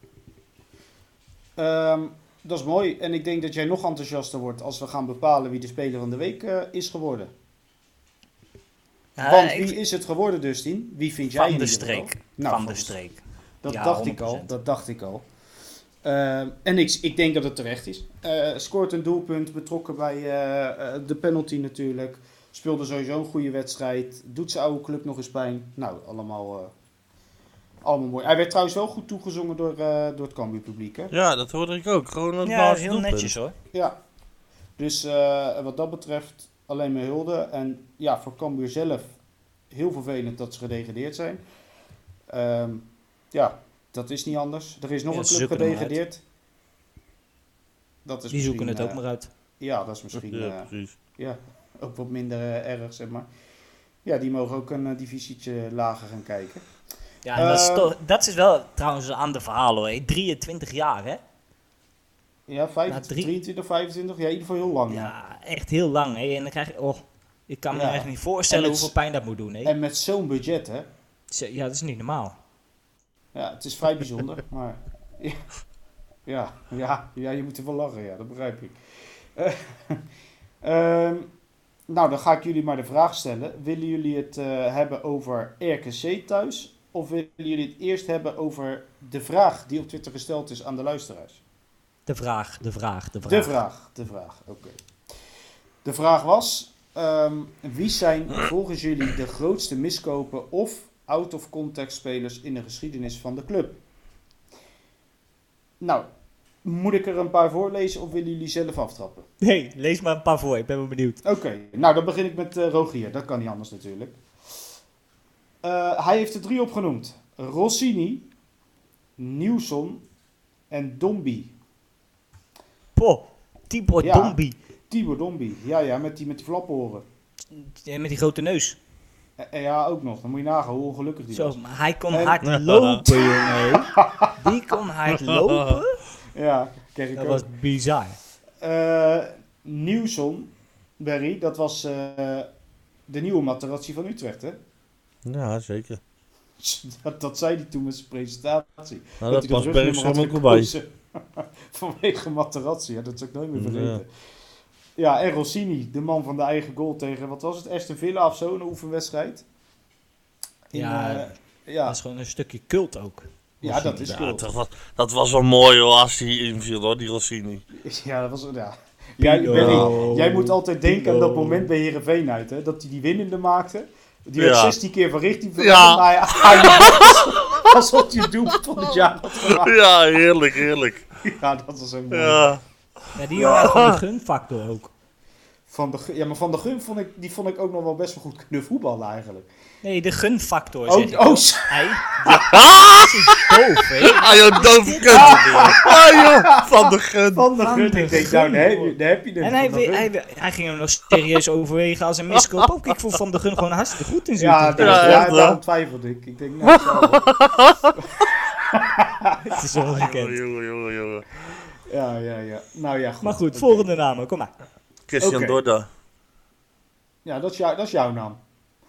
Ehm, dat is mooi. En ik denk dat jij nog enthousiaster wordt als we gaan bepalen wie de speler van de week eh, is geworden. Ja, Want ik- wie is het geworden, Dustin? Wie vind jij van in de ieder geval? streek. Nou, van de streek. Dat Ja, dacht ik al. honderd procent. Dat dacht ik al. Ehm, en ik, ik denk dat het terecht is. Eh, scoort een doelpunt, betrokken bij eh, eh, de penalty natuurlijk. Speelde sowieso een goede wedstrijd. Doet zijn oude club nog eens pijn. Nou, allemaal, eh, allemaal mooi. Hij werd trouwens wel goed toegezongen door, eh, door het Cambuur publiek, hè? Ja, dat hoorde ik ook. Gewoon een Ja, baas heel doelpunt. netjes hoor. Ja. Dus eh, wat dat betreft alleen maar hulde. En ja, voor Cambuur zelf heel vervelend dat ze gedegradeerd zijn. Ehm, ja, dat is niet anders. Er is nog Ja, een ze club zoeken hem gedegradeerd. Dat is Die zoeken misschien, het ook eh, maar uit. Ja, dat is misschien Ja, eh, precies. ja, ook wat minder eh, erg, zeg maar. Ja, die mogen ook een eh, divisietje lager gaan kijken. Ja, en dat, is Eh, toch, dat is wel trouwens een ander verhaal hoor. hè. drieëntwintig jaar hè. Ja, vijf, drie- drieëntwintig, vijfentwintig, ja, in ieder geval heel lang. Ja. Ja, echt heel lang hè. En dan krijg je, oh, ik kan me Ja. echt niet voorstellen En het- hoeveel pijn dat moet doen hè. En met zo'n budget, hè. Zo- Ja, dat is niet normaal. Ja, het is vrij bijzonder, maar ja, ja, ja, ja, je moet er wel lachen, ja, dat begrijp ik. Eh, ehm, nou, dan ga ik jullie maar de vraag stellen. Willen jullie het eh, hebben over R K C thuis? Of willen jullie het eerst hebben over de vraag die op Twitter gesteld is aan de luisteraars? De vraag, de vraag, de vraag. De vraag, de vraag, oké. De vraag was, ehm, wie zijn volgens jullie de grootste miskopen of out-of-context spelers in de geschiedenis van de club? Nou, moet ik er een paar voorlezen of willen jullie zelf aftrappen? Nee, lees maar een paar voor. Ik ben wel benieuwd. Oké, nou dan begin ik met eh, Rogier, dat kan niet anders natuurlijk. Eh, hij heeft er drie opgenoemd. Rossini, Nieuwson en Dombi. Poh, Tibor Ja. Dombi. Tibor Dombi, ja ja, met die, met die flaporen. Ja, met die grote neus. En, en ja, ook nog, dan moet je nagaan hoe ongelukkig die Zo, was. maar hij kon En- hard lopen, jongen. Die kon hard lopen. Ja, kreeg ik Dat ook. was bizar. Eh, Nieuwson, Barry, dat was eh, de nieuwe Materazzi van Utrecht, hè? Ja, zeker. Dat, dat zei hij toen met zijn presentatie. Nou, dat hij past rugnummer Bergström had ook wel bij. gekozen. Vanwege Materazzi, ja, dat zou ik nooit meer vergeten. Ja. en Rossini, de man van de eigen goal tegen, wat was het, Aston Villa of zo, een oefenwedstrijd. In, Ja, eh, ja. Dat is gewoon een stukje cult ook. ja, dat is Ja, cool. dat, was, dat was wel mooi hoor, als die inviel hoor, die Rossini. Ja, dat was... Ja. Jij, Pino. Barry, jij moet altijd denken aan dat Pino. moment bij Heerenveen uit, hè? Dat hij die winnende maakte. Die werd Ja. zestien keer van richting veranderd. Ja. Maar hij, hij was alsof hij het doelpunt van het jaar had gemaakt. Ja, heerlijk, heerlijk. Ja, dat was ook mooi. Ja, Ja, die jongen had gewoon de gunfactor ook. Van de, Gun- ja, maar Van de Gun vond ik, die vond ik ook nog wel best wel goed kunnen voetballen eigenlijk. Nee, de gunfactor Oh, zeg ik. oh, zo- Hij, dat is doof, hè? ah joh, doof Dit kut. nou weer? Ah joh, van de gun. Van de Van Gun. de Ik denk, Gun, nou, daar heb je, hoor. daar heb je hem. En hij, Van de Gun. hij, hij ging hem nog serieus overwegen als een miskoop ook. Ik vond Van de Gun gewoon hartstikke goed in zijn Ja, ja, daar, Ja, ja, echt, hè? daarom twijfelde ik. Ik denk, nou, het zou wel. Het is Jongen, ongekend. jongen, jongen, jongen. Ja, ja, ja. Nou ja, goed. Maar goed, Oké. volgende namen, kom maar. Christian Oké. Dorda. Ja, dat is, jou, dat is jouw naam.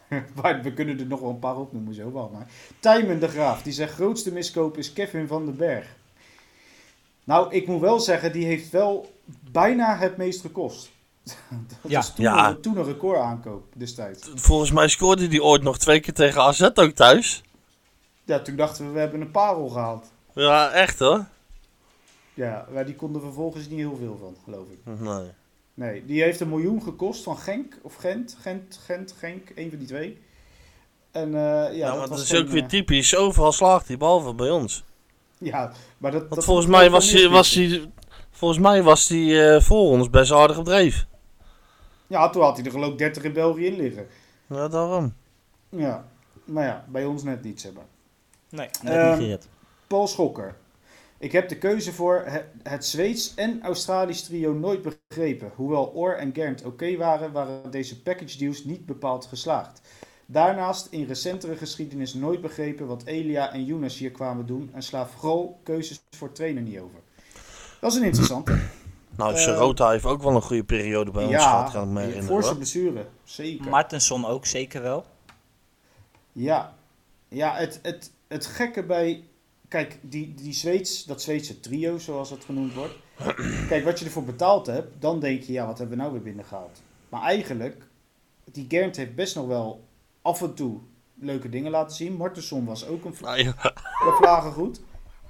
Maar we kunnen er nog wel een paar opnoemen, zo wel. Maar Tijmen de Graaf, die zegt grootste miskoop is Kevin van den Berg. Nou, ik moet wel zeggen, die heeft wel bijna het meest gekost. Dat Ja. was toen, Ja. een, toen een record aankoop destijds. Volgens mij scoorde hij ooit nog twee keer tegen A Z ook thuis. Ja, toen dachten we, we hebben een parel gehaald. Ja, echt hoor. Ja, maar die konden vervolgens niet heel veel van, geloof ik. Nee. Nee, die heeft een miljoen gekost van Genk of Gent. Gent, Gent, Genk, een van die twee. En eh, ja, Ja, dat maar was dat is geen, ook weer eh, typisch. Overal slaagt hij, behalve bij ons. Ja, maar dat... Want dat volgens moet mij ook was wel hij, was mislukken. hij, volgens mij was hij eh, voor ons best aardig op dreef. Ja, toen had hij er geloof ik dertig in België in liggen. Ja, daarom. Ja, maar ja, bij ons net niet, zeg maar. Nee, net Ehm, niet gered. Paul Schokker. Ik heb de keuze voor het, het Zweeds en Australisch trio nooit begrepen. Hoewel Or en Gernt oké waren, waren deze package deals niet bepaald geslaagd. Daarnaast in recentere geschiedenis nooit begrepen wat Elia en Younes hier kwamen doen en sla vooral keuzes voor trainer niet over. Dat is een interessante. Nou, Eh, Serota heeft ook wel een goede periode bij ons gehad, kan ik me herinneren. voor zijn hoor. blessure, zeker. Martensson ook zeker wel. Ja, ja het, het, het gekke bij... Kijk, die, die Zweeds, dat Zweedse trio, zoals het genoemd wordt. Kijk, wat je ervoor betaald hebt, dan denk je, ja, wat hebben we nou weer binnengehaald? Maar eigenlijk, die Gernt heeft best nog wel af en toe leuke dingen laten zien. Martensson was ook een, vla- Nou, ja. een vlagen goed.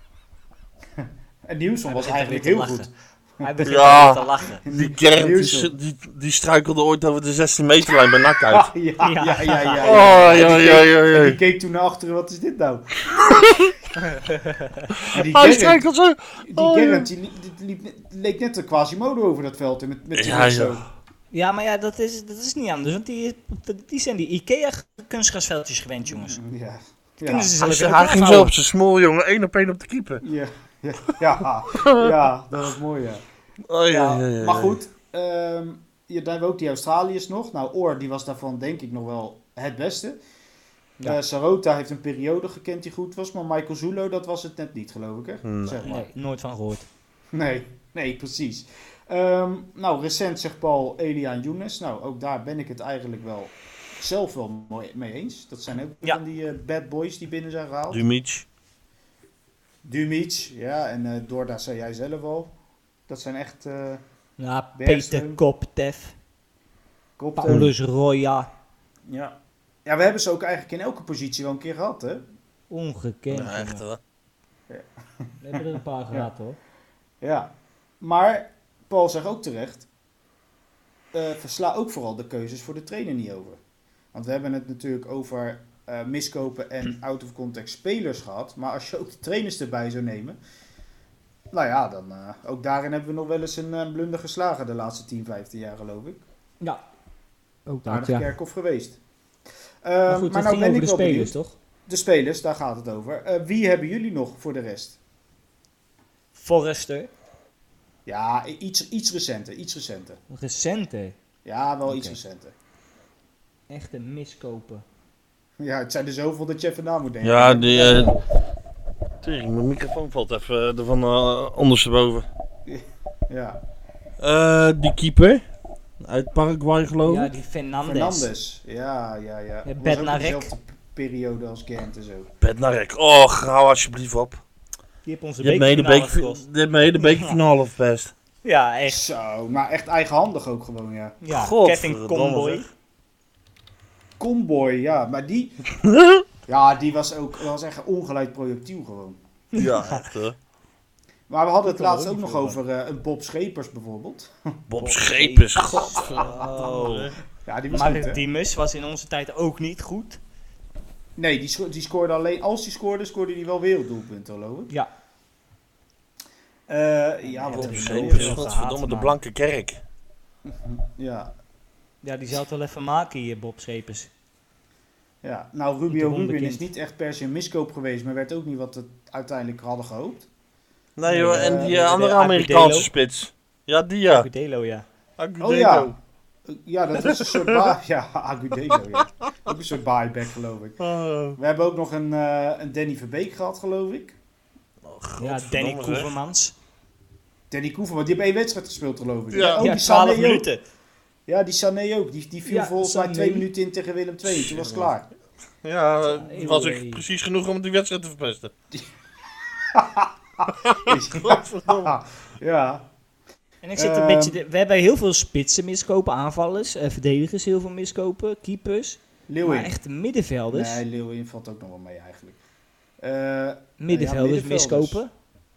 En Nielsen Hij was begint eigenlijk weer heel te goed. lachen. Hij begint Ja. alweer te lachen. Die Gerrit, die, Nielsen. die, die struikelde ooit over de zestien meterlijn bij N A C uit. Ah, ja, ja, ja, ja, ja, ja. Oh, En ja, die ja, keek- ja, ja. en Die keek toen naar achteren, wat is dit nou? En die Hij Gerrit, struikelt zo. die Oh, ja. Gerrit, die, liep- die liep, leek net een Quasimodo over dat veld. en Met, met zijn Ja, rug ja. zo. Ja, maar ja, dat is, dat is niet anders. Want die, die zijn die Ikea kunstgrasveldjes gewend, jongens. Ja. Kunnen Ja. ze Hij, zelf zei- in hij elkaar ging zo houden. op zijn smol, jongen, één op één op de keeper. Ja. Ja. Ja. Ja, dat was mooi, ja. Oh, ja, Ja, ja, ja, maar ja. goed, ehm ja, dan hebben we ook die Australiërs nog. Nou, Oor, die was daarvan denk ik nog wel het beste. Ja. Eh, Sarota heeft een periode gekend die goed was, maar Michael Zulo, dat was het net niet, geloof ik, hè? Nee. Zeg maar. Nee, nooit van gehoord. Nee, nee, precies. Ehm, nou, recent zegt Paul Elia en Younes. Nou, ook daar ben ik het eigenlijk wel zelf wel mooi mee eens. Dat zijn ook Ja. van die eh, bad boys die binnen zijn gehaald. Dumic. Dumic, ja, en eh Dorda zei jij zelf al. Dat zijn echt eh Ja, Bergström. Peter Koptev, kopten. Paulus Roya. Ja. Ja, we hebben ze ook eigenlijk in elke positie wel een keer gehad, hè? Ongekend. Ja, echt jongen. hoor. We hebben er een paar gehad hoor. Ja. Maar Paul zegt ook terecht, eh, versla ook vooral de keuzes voor de trainer niet over. Want we hebben het natuurlijk over eh, miskopen en out-of-context spelers gehad. Maar als je ook de trainers erbij zou nemen, nou ja, dan eh, ook daarin hebben we nog wel eens een eh, blunder geslagen de laatste tien, vijftien jaar, geloof ik. Ja. Ook dat, Aardig ja. kerkhof geweest. Eh, Maar maar goed, het nou ging ben over ik de wel spelers, benieuwd. toch? De spelers, daar gaat het over. Eh, wie hebben jullie nog voor de rest? Forrester, Ja, iets, iets recenter, iets recenter. recente, Ja, wel iets Oké. recenter. echte miskopen. Ja, het zijn er zoveel dat je even na moet denken. Ja, die... eh tering, mijn microfoon valt even eh, ervan uh, ondersteboven. Ja, Eh die keeper. Uit Paraguay, geloof ik. Ja, die Fernandes. Fernandes. Ja, ja, ja. Was ook Bednarek. dezelfde p- periode als Gent en zo. Bednarek. Oh, hou alsjeblieft op. Die heeft onze Je hebt me hele bekerfinale beker- gekost. je hebt me hele bekerfinale verpest. Ja, echt. Zo, maar echt eigenhandig ook gewoon, ja. Ja, Godverdomme, Kevin Comboy. zeg. Comboy, ja, maar die... Ja, die was ook dat was echt een ongeleid projectiel gewoon. Ja, echt hoor. Maar we hadden Ik het kan er laatst ook ook niet nog veel over eh, een Bob Schepers bijvoorbeeld. Bob Schepers. God. Oh. Ja, die was goed, Maar hè? Dimus was in onze tijd ook niet goed. Nee, die, sco- die scoorde alleen... Als die scoorde, scoorde die wel werelddoelpunten, geloof ik. Ja. Eh, ja, wat Bob heb je Schepers. nog? Schepers, veel godverdomme, gehaat, de man. Blanke Kerk. Ja, Ja, die zou het wel even maken hier, Bob Schepers. ja. Nou, Niet Rubio een Rubin wonderkind. is niet echt per se een miskoop geweest, maar werd ook niet wat we uiteindelijk hadden gehoopt. Nee joh, en die Eh, eh, andere de Amerikaanse Agudelo. spits. Ja, die ja. Agudelo, ja. Agudelo. Oh ja. Eh, Ja, dat was een soort ba- ja, Agudelo, ja. Ook een soort buyback, geloof ik. Oh. We hebben ook nog een, eh, een Danny Verbeek gehad, geloof ik. Oh, Ja, godverdomme, Danny zeg. Koevermans. Danny Koeverman, die heeft één wedstrijd gespeeld, geloof ik. Ja. Oh, Ja, die twaalf Sané ook. minuten. Ja, die Sané ook. Die, die viel Ja, volgens mij Sané. twee minuten in tegen Willem twee. Toen was het klaar. Ja, uh, was Hey. ik precies genoeg om die wedstrijd te verpesten. ja. ja. En ik zit een Ehm. beetje... De, we hebben heel veel spitsen miskopen, aanvallers, eh, verdedigers heel veel miskopen, keepers. Leeuwin. Maar echt middenvelders. Nee, Leeuwin valt ook nog wel mee eigenlijk. Uh, middenvelders ja, middenvelders. miskopen.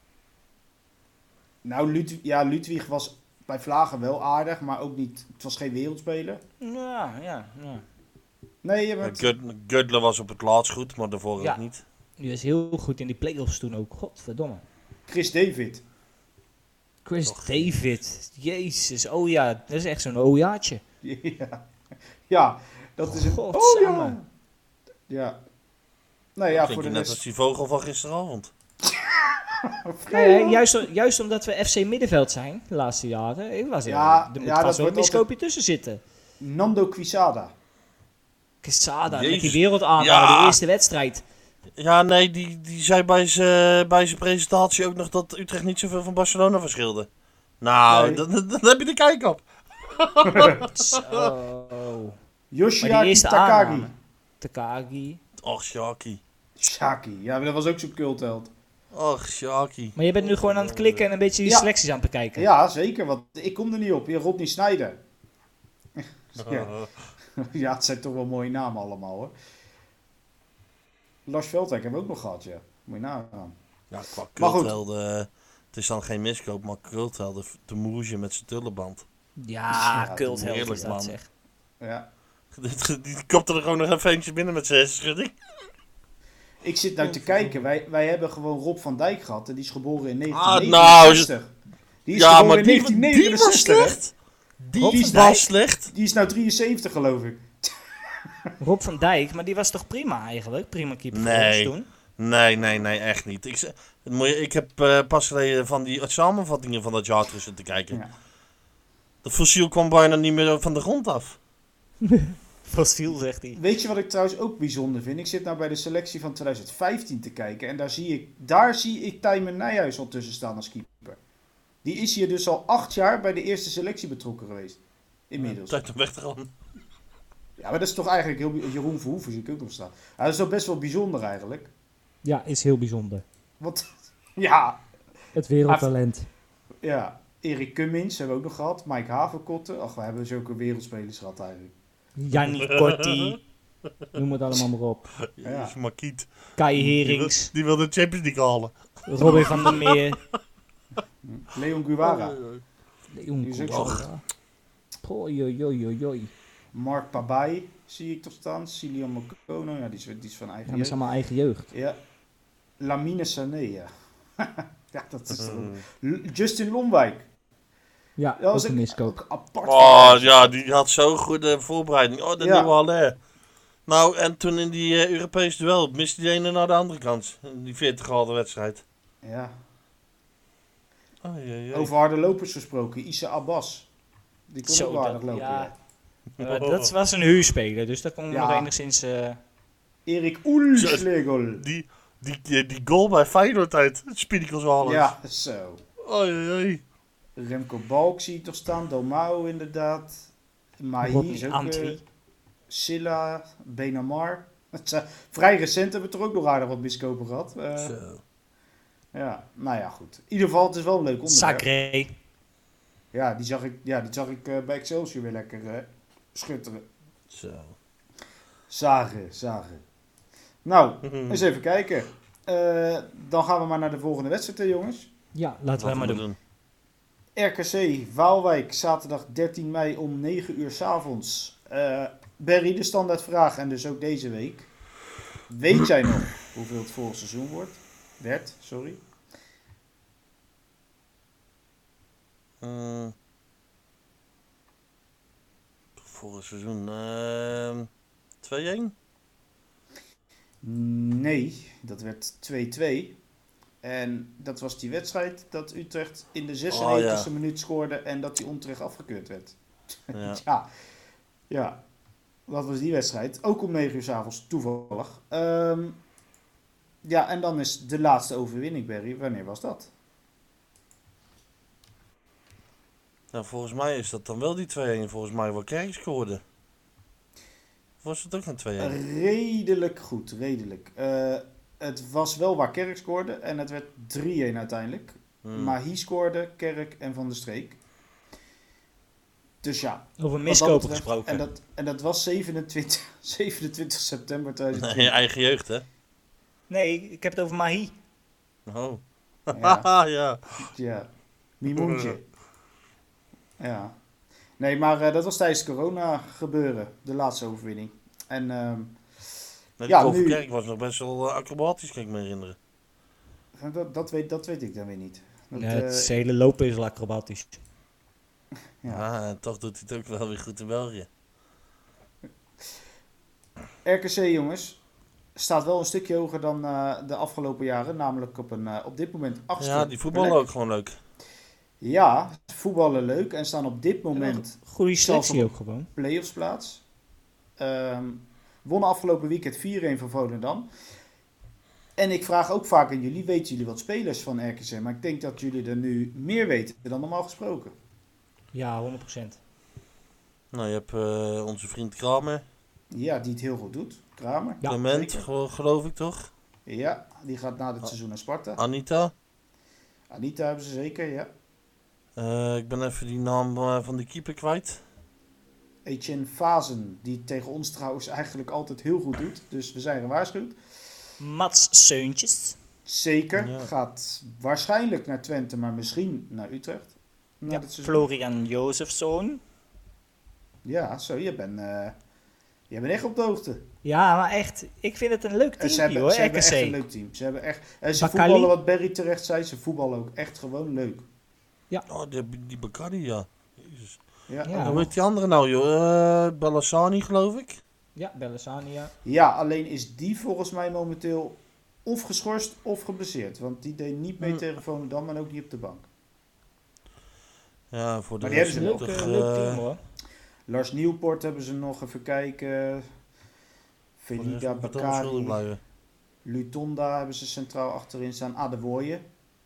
Nou, Lud ja, Ludwig was bij Vlagen wel aardig, maar ook niet... Het was geen wereldspeler. Ja, ja, ja. Nee, je Uh, bent... Gud- Gudler was op het laatst goed, maar daarvoor Ja. ook niet. Die was heel goed in die play-offs toen ook. Godverdomme. Chris David. Chris Och. David. Jezus. Oh ja, dat is echt zo'n ojaatje. ja. ja, dat is een... Oh Godsamme. ja. Ja. Nou ja, Klinkt voor de net rest... als die vogel van gisteravond. Nou ja, juist, juist omdat we F C middenveld zijn, de laatste jaren, eh, was, Ja, ja, er moet ja, vast dat wel een wordt miskoopje tussen zitten. Nando Quisada. Quesada, met Jezus. die wereldaanval, Ja. de eerste wedstrijd. Ja, nee, die, die zei bij zijn bij zijn presentatie ook nog dat Utrecht niet zoveel van Barcelona verschilde. Nou, Nee. dan, dan, dan heb je de kijk op. Zo. Maar Yoshiaki die eerste Takagi. aanname. Takagi. Och, Shaki. Shaki. Ja, maar dat was ook zo'n cultheld. Och, Shaki. Maar je bent nu gewoon aan het klikken en een beetje die Ja. selecties aan het bekijken. Ja, zeker. Want ik kom er niet op. Hier, Rodney Sneijder. ja. ja, het zijn toch wel mooie namen allemaal, hoor. Lars Veldwijk hebben we ook nog gehad, ja. Moet je nagaan. Ja, qua Maar goed. culthelden, eh, het is dan geen miskoop, maar culthelden, de Moesje met zijn tullenband. Ja, Ja, cultheld heerlijk, is dat man. zeg. Ja. Die, die kopte er gewoon nog even eentje binnen met zijn schudding. Ik zit nou te kijken. Wij, wij hebben gewoon Rob van Dijk gehad. En die is geboren in Ah, negentien nou, negenenzestig. die is Ja, geboren maar in die, negentien die was negenenzestig. hè? slecht. Die Rob van was Dijk? slecht. Die is nou drieënzeventig, geloof ik. Rob van Dijk, maar die was toch prima eigenlijk? Prima keeper voor Nee. ons toen. Nee, nee, nee, echt niet. Ik, ze- het moet je- ik heb eh, pas geleden van die samenvattingen van dat jaar terug zitten kijken. Ja. Dat fossiel kwam bijna niet meer van de grond af. Fossiel, zegt hij. Weet je wat ik trouwens ook bijzonder vind? Ik zit nou bij de selectie van twintig vijftien te kijken. En daar zie ik, daar zie ik Tijmen Nijhuis al tussen staan als keeper. Die is hier dus al acht jaar bij de eerste selectie betrokken geweest. Inmiddels. Tijd om weg te gaan. Ja, maar dat is toch eigenlijk heel... bij- Jeroen Verhoeven zie ik ook nog staan. Ja, dat is toch best wel bijzonder eigenlijk. Ja, is heel bijzonder. Want, ja... Het wereldtalent. Ja, Erik Cummins hebben we ook nog gehad. Mike Haverkotte. Ach, we hebben zulke wereldspelers gehad eigenlijk. Jannie Korti. Noem het allemaal maar op. Ja. Is Makiet. Kai Die wil, Herings. die wil de Champions League halen. Robin van der Meer. Leon Guevara. Leon Die is ook Koeman. Oei, oei, oei, oei, oei. Mark Pabai zie ik toch staan. Cilian Mokono. Ja, die is, die is van Ja, eigen maar het is jeugd. allemaal eigen jeugd. Ja. Lamine Sané, ja. ja, dat is toch... Mm. L- Justin Lomwijk. Ja, Dat was ook een ook, miskoop. ook apart. Oh ja, die had zo'n goede voorbereiding. Oh, de Ja. nieuwe Haller. Nou, en toen in die uh, Europese duel miste die ene naar de andere kant. Die veertig halve wedstrijd. Ja. Oh, jee, jee. Over harde lopers gesproken. Issa Abbas. Die kon Zo, ook wel dat- aardig lopen. ja. Ja. Eh, dat was een huurspeler, dus daar kon ik Ja. nog enigszins... eh, Erik Oelslegel. Die, die, die, die goal bij Feyenoord uit het Spiedekels halen. Ja, zo. Oh, jee, jee. Remco Balk zie ik toch staan. Domao inderdaad. Mahi Rodney is ook... Antwi. eh, Silla. Benamar. Het zijn- Vrij recent hebben we toch ook nog aardig wat miskopen gehad. Eh, Zo. ja, nou ja, goed. In ieder geval, het is wel een leuk onderwerp. Sacré. Ja, die zag ik, ja, die zag ik eh, bij Excelsior weer lekker eh, schutteren. Zo. Zagen, zagen. Nou, eens even kijken. Eh, dan gaan we maar naar de volgende wedstrijd, hè, jongens. Ja, laten we Wat maar we doen. R K C Waalwijk, zaterdag dertien mei om negen uur 's avonds. Eh Berry, de standaardvraag en dus ook deze week. Weet jij nog hoeveel het vorig seizoen wordt? Werd, sorry. Uh, vorig seizoen ehm twee-een? Nee, dat werd twee twee. En dat was die wedstrijd dat Utrecht in de zesennegentigste Oh, ja. minuut scoorde en dat die onterecht afgekeurd werd. Ja. Ja, ja, dat was die wedstrijd. Ook om negen uur 's avonds, toevallig. Ehm, ja, en dan is de laatste overwinning, Berry. Wanneer was dat? Nou, volgens mij is dat dan wel die twee-een. Volgens mij wat Kerk scoorde. Of was het ook een twee-een? Redelijk goed, redelijk. Uh, het was wel waar Kerk scoorde en het werd drie-een uiteindelijk. Hmm. Mahi scoorde, Kerk en Van der Streek. Dus ja. Over miskopen betreft, gesproken. En dat, en dat was zevenentwintig, zevenentwintig september tweeduizend twintig. Nee, eigen jeugd, hè? Nee, ik heb het over Mahi. Oh. Ja. ja. Ja, Mimoentje. Ja. Nee, maar uh, dat was tijdens corona gebeuren, de laatste overwinning. En uh, Nee, die ja, goal van nu... Kerk was nog best wel uh, acrobatisch, kan ik me herinneren. Dat, dat, weet, dat weet ik dan weer niet. Dat, Nee, het uh, hele lopen is wel acrobatisch. ja. Ah, en toch doet hij het ook wel weer goed in België. R K C, jongens, staat wel een stukje hoger dan uh, de afgelopen jaren. Namelijk op, een, uh, op dit moment achtste Ja, die voetballen plek. ook gewoon leuk. Ja, voetballen leuk en staan op dit moment Goede zelfs selectie op ook gewoon. play-offs plaats. Um, wonnen afgelopen weekend vier-een van Volendam. En ik vraag ook vaak aan jullie, weten jullie wat spelers van R K C? Maar ik denk dat jullie er nu meer weten dan normaal gesproken. Ja, honderd procent. Nou, je hebt uh, onze vriend Kramer. Ja, die het heel goed doet. Kramer. Ja, Clement, zeker. gel- geloof ik toch? Ja, die gaat na dit seizoen naar Sparta. Anita. Anita hebben ze zeker, ja. Uh, ik ben even die naam uh, van die keeper kwijt. Etienne Fazen, die tegen ons trouwens eigenlijk altijd heel goed doet. Dus we zijn gewaarschuwd. Mats Seuntjes. Zeker. Ja. Gaat waarschijnlijk naar Twente, maar misschien naar Utrecht. Na Ja, dit seizoen. Florian Jozefzoon. Ja, zo, je bent, uh, je bent echt op de hoogte. Ja, maar echt, ik vind het een leuk En ze teampje hebben, hoor, ze hebben R K C. echt een leuk team. Ze hebben echt, en ze Bakali. voetballen, wat Barry terecht zei, ze voetballen ook echt gewoon leuk. Oh, die, die Bacardi, ja. Jezus. Ja, Ja. Hoe heet die andere nou, joh? Uh, Bellassani, geloof ik. Ja, Bellassania. ja, alleen is die volgens mij momenteel of geschorst of geblesseerd. Want die deed niet mee Hm. tegen Volendam en ook niet op de bank. Ja, voor de Maar die rest hebben Leuk, ze toch, uh, leuk uh, team hoor. Lars Nieuwpoort hebben ze nog, even kijken. voor de rest Felida moet ik het allemaal schuldig Bakari. blijven. Lutonda hebben ze centraal achterin staan. Adewoye.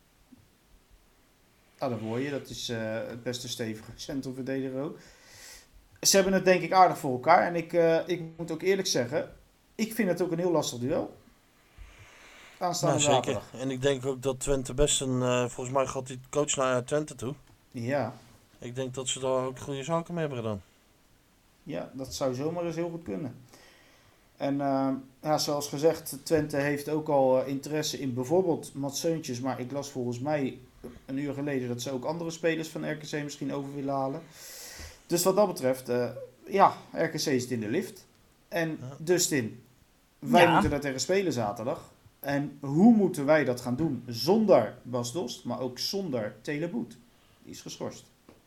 Adewoye, dat is uh, het beste stevige centrumverdediger ook. Ze hebben het denk ik aardig voor elkaar. En ik, uh, ik moet ook eerlijk zeggen, ik vind het ook een heel lastig duel. Aanstaande Nou, zeker. zaterdag. En ik denk ook dat Twente best een... Uh, volgens mij gaat die coach naar Twente toe. Ja. Ik denk dat ze daar ook goede zaken mee hebben gedaan. Ja, dat zou zomaar eens heel goed kunnen. En uh, ja, zoals gezegd, Twente heeft ook al uh, interesse in bijvoorbeeld Mats Seuntjes. Maar ik las volgens mij een uur geleden dat ze ook andere spelers van R K C misschien over willen halen. Dus wat dat betreft, uh, ja, R K C zit in de lift. En Ja. Dustin, wij Ja. moeten daar tegen spelen zaterdag. En hoe moeten wij dat gaan doen zonder Bas Dost, maar ook zonder Teleboet? Die is geschorst.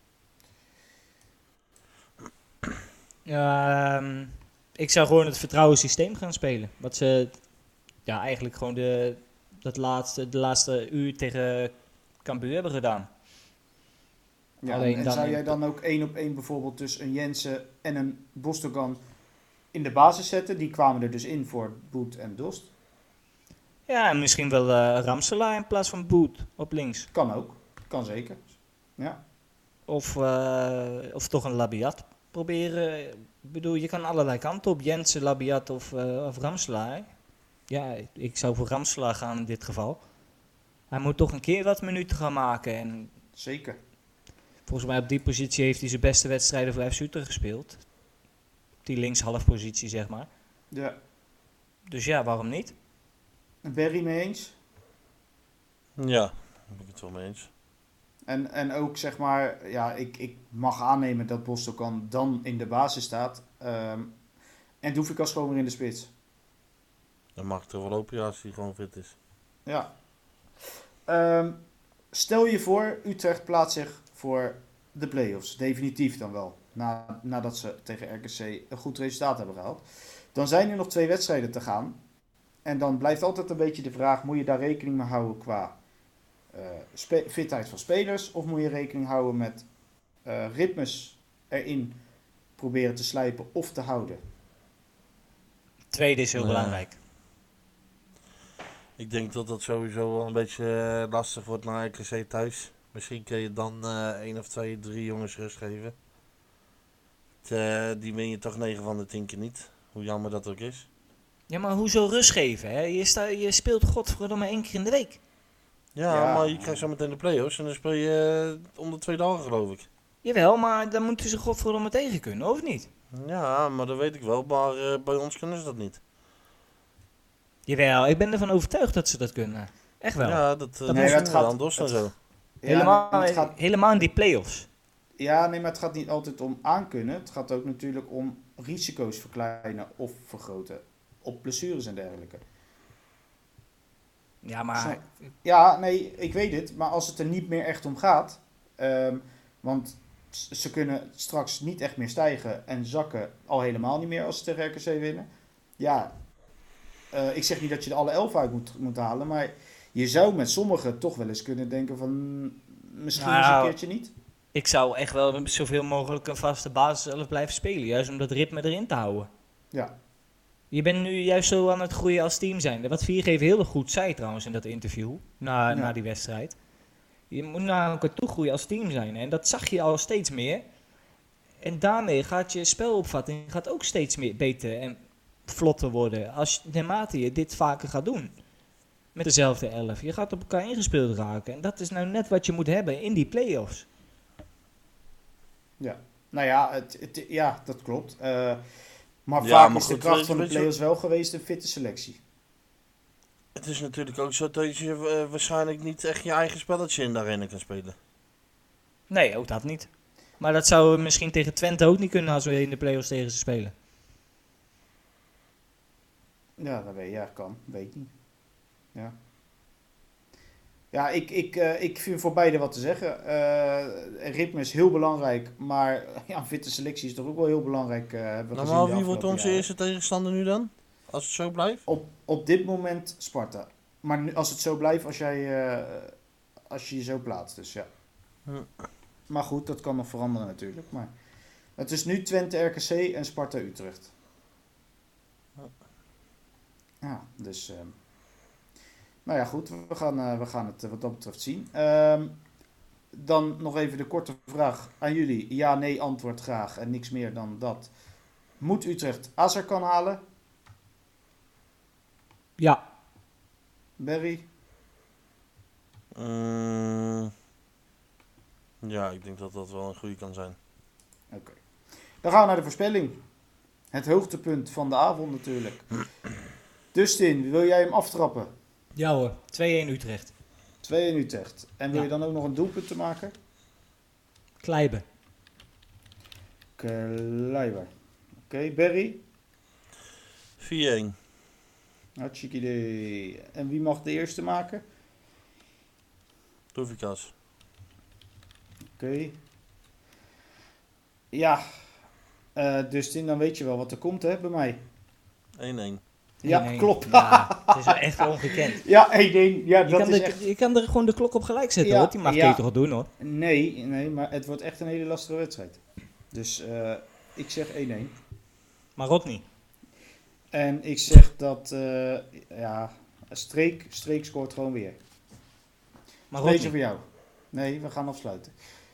Uh, ik zou gewoon het vertrouwen systeem gaan spelen. Wat ze ja, eigenlijk gewoon de, dat laatste, de laatste uur tegen Cambuur hebben gedaan. Ja, Alleen en dan zou in- jij dan ook één op één bijvoorbeeld tussen een Jensen en een Bostogan in de basis zetten? Die kwamen er dus in voor Boet en Dost. Ja, en misschien wel uh, Ramselaar in plaats van Boet op links. Kan ook. Kan zeker. Ja. Of, uh, of toch een Labiat proberen. Ik bedoel, je kan allerlei kanten op. Jensen, Labiat of, uh, of Ramselaar. Ja, ik zou voor Ramselaar gaan in dit geval. Hij moet toch een keer wat minuten gaan maken. En Zeker. volgens mij op die positie heeft hij zijn beste wedstrijden voor F C Utrecht gespeeld. Die linkshalfpositie, zeg maar. Ja. Dus ja, waarom niet? Berry mee eens. Ja, daar ben ik het wel mee eens. En, en ook zeg maar, ja, ik, ik mag aannemen dat Bostogan dan in de basis staat. Um, en Doefikas gewoon weer in de spits. Dan mag het er wel lopen, ja, als hij gewoon fit is. Ja. Um, stel je voor, Utrecht plaatst zich voor de play-offs. Definitief dan wel. Na, nadat ze tegen R K C een goed resultaat hebben gehaald. Dan zijn er nog twee wedstrijden te gaan. En dan blijft altijd een beetje de vraag, moet je daar rekening mee houden qua uh, spe- fitheid van spelers? Of moet je rekening houden met uh, ritmes erin proberen te slijpen of te houden? Tweede is heel Ja. belangrijk. Ik denk dat dat sowieso wel een beetje uh, lastig wordt naar R K C thuis. Misschien kun je dan uh, één of twee, drie jongens rust geven. Het, uh, die win je toch negen van de tien keer niet. Hoe jammer dat ook is. Ja, maar hoezo rust geven? Hè? Je, sta, je speelt godverdomme één keer in de week. Ja, Ja. maar je krijgt zo meteen de play-offs en dan speel je uh, om de twee dagen geloof ik. Jawel, maar dan moeten ze godverdomme tegen kunnen, of niet? Ja, maar dat weet ik wel. Maar uh, bij ons kunnen ze dat niet. Jawel, ik ben ervan overtuigd dat ze dat kunnen. Echt wel. Ja, dat, uh, Dat dat is- is het gaat- aan Dos en het- zo. helemaal, Ja, nee, het gaat, helemaal in die play-offs. ja, nee, maar het gaat niet altijd om aankunnen. Het gaat ook natuurlijk om risico's verkleinen of vergroten. Op blessures en dergelijke. Ja, maar... Snap- Ja, nee, ik weet het. Maar als het er niet meer echt om gaat. ehm, want s- ze kunnen straks niet echt meer stijgen en zakken al helemaal niet meer als ze tegen R K C winnen. Ja, eh, ik zeg niet dat je er alle elf uit moet, moet halen. Maar je zou met sommigen toch wel eens kunnen denken van... mm, misschien eens een Nou, keertje niet. Ik zou echt wel zoveel mogelijk een vaste basis zelf blijven spelen. Juist om dat ritme erin te houden. Ja, Je bent nu juist zo aan het groeien als team zijn. Wat Viergever heel erg goed zei trouwens in dat interview. Na, Ja. na die wedstrijd. Je moet naar elkaar toe groeien als team zijn. En dat zag je al steeds meer. En daarmee gaat je spelopvatting gaat ook steeds meer beter en vlotter worden. Als, naarmate je dit vaker gaat doen. Met dezelfde elf. Je gaat op elkaar ingespeeld raken. En dat is nou net wat je moet hebben in die play-offs. ja. Nou ja, het, het, ja dat klopt. Eh, maar Ja, vaak maar is de goed, kracht weet van je- de weet je- players wel geweest een fitte selectie. Het is natuurlijk ook zo dat je uh, waarschijnlijk niet echt je eigen spelletje in de arena kan spelen. Nee, ook dat niet. Maar dat zou we misschien tegen Twente ook niet kunnen als we in de play-offs tegen ze spelen. Ja, dat weet, ja, kan. Weet ik niet. Ja. Ja, ik, ik, eh, ik vind voor beide wat te zeggen. Eh, ritme is heel belangrijk, maar ja, een fitte selectie is toch ook wel heel belangrijk. eh, hebben we Nou, gezien maar de wie wordt afgelopen onze jaren. eerste tegenstander nu dan? Als het zo blijft? Op, op dit moment Sparta. Maar nu, als het zo blijft, als jij eh, als je je zo plaatst, dus ja. Hm. Maar goed, dat kan nog veranderen natuurlijk. Maar het is nu Twente R K C en Sparta Utrecht. Ja, dus... ehm, nou ja, goed. We gaan, eh, we gaan het eh, wat dat betreft zien. Ehm, dan nog even de korte vraag aan jullie. Ja, nee, antwoord graag. En niks meer dan dat. Moet Utrecht Azarkan halen? Ja. Berry? Mm, ja, ik denk dat dat wel een goede kan zijn. Oké. Dan gaan we naar de voorspelling. Het hoogtepunt van de avond natuurlijk. Dustin, wil jij hem aftrappen? Ja hoor, twee-één Utrecht. twee in Utrecht. En wil Ja. je dan ook nog een doelpunt te maken? Kleiber. Kleiber. Oké, Berry? vier-één. Hartstikke idee. En wie mag de eerste maken? Doevikas. Oké. Ja. Eh Dustin, dan weet je wel wat er komt hè, bij mij. één-één. Ja, één-één. klopt. Ja, het is wel echt ongekend. Ja, één één. Ja, Je dat kan, is er, echt... je kan er gewoon de klok op gelijk zetten Ja, hoor. Die mag ja. je toch wel doen hoor. Nee, nee, maar het wordt echt een hele lastige wedstrijd. Dus eh, ik zeg één één. Maar Rodney. En ik zeg dat, eh, ja, Streek, Streek scoort gewoon weer. Maar Beetje Rodney. voor jou. Nee, we gaan afsluiten.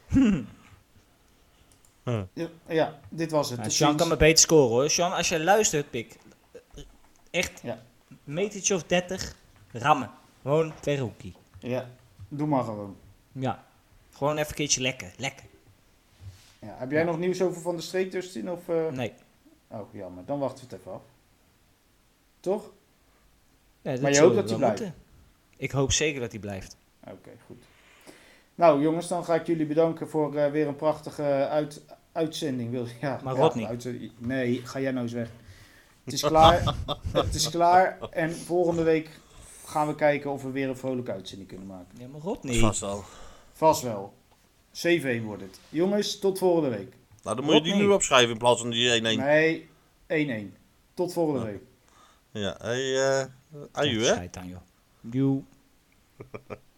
Huh. Ja, ja, dit was het. Ja, Dus Sean ziens. kan me beter scoren hoor. Sean, als je luistert, pik. Echt. Ja. Metertje of dertig. Rammen. Gewoon tegen hoekie. Ja, doe maar gewoon. Ja. Gewoon even een keertje lekker. Lekker. Ja, heb jij Ja. nog nieuws over Van der Streek, Dustin? Of, eh? Nee. Oh, jammer. Dan wachten we het even af. Toch? Ja, dat Maar je zullen hoopt we dat wel hij moeten. Ik hoop zeker dat hij blijft. Oké, goed. Nou jongens, dan ga ik jullie bedanken voor eh, weer een prachtige uit, uitzending. Wil, ja, Maar ja, Rodney. uit- nee, ga jij nou eens weg. Het is klaar. Het is klaar. En volgende week gaan we kijken of we weer een vrolijke uitzending kunnen maken. Ja, maar Rodney. Vast wel. Vast wel. zeven één wordt het. Jongens, tot volgende week. Nou, dan moet je die Rodney. nu opschrijven in plaats van die één-één. Nee, één één. Tot volgende Ja. week. Ja, hey, uh, aju hè? Schijt aan joh. Joe.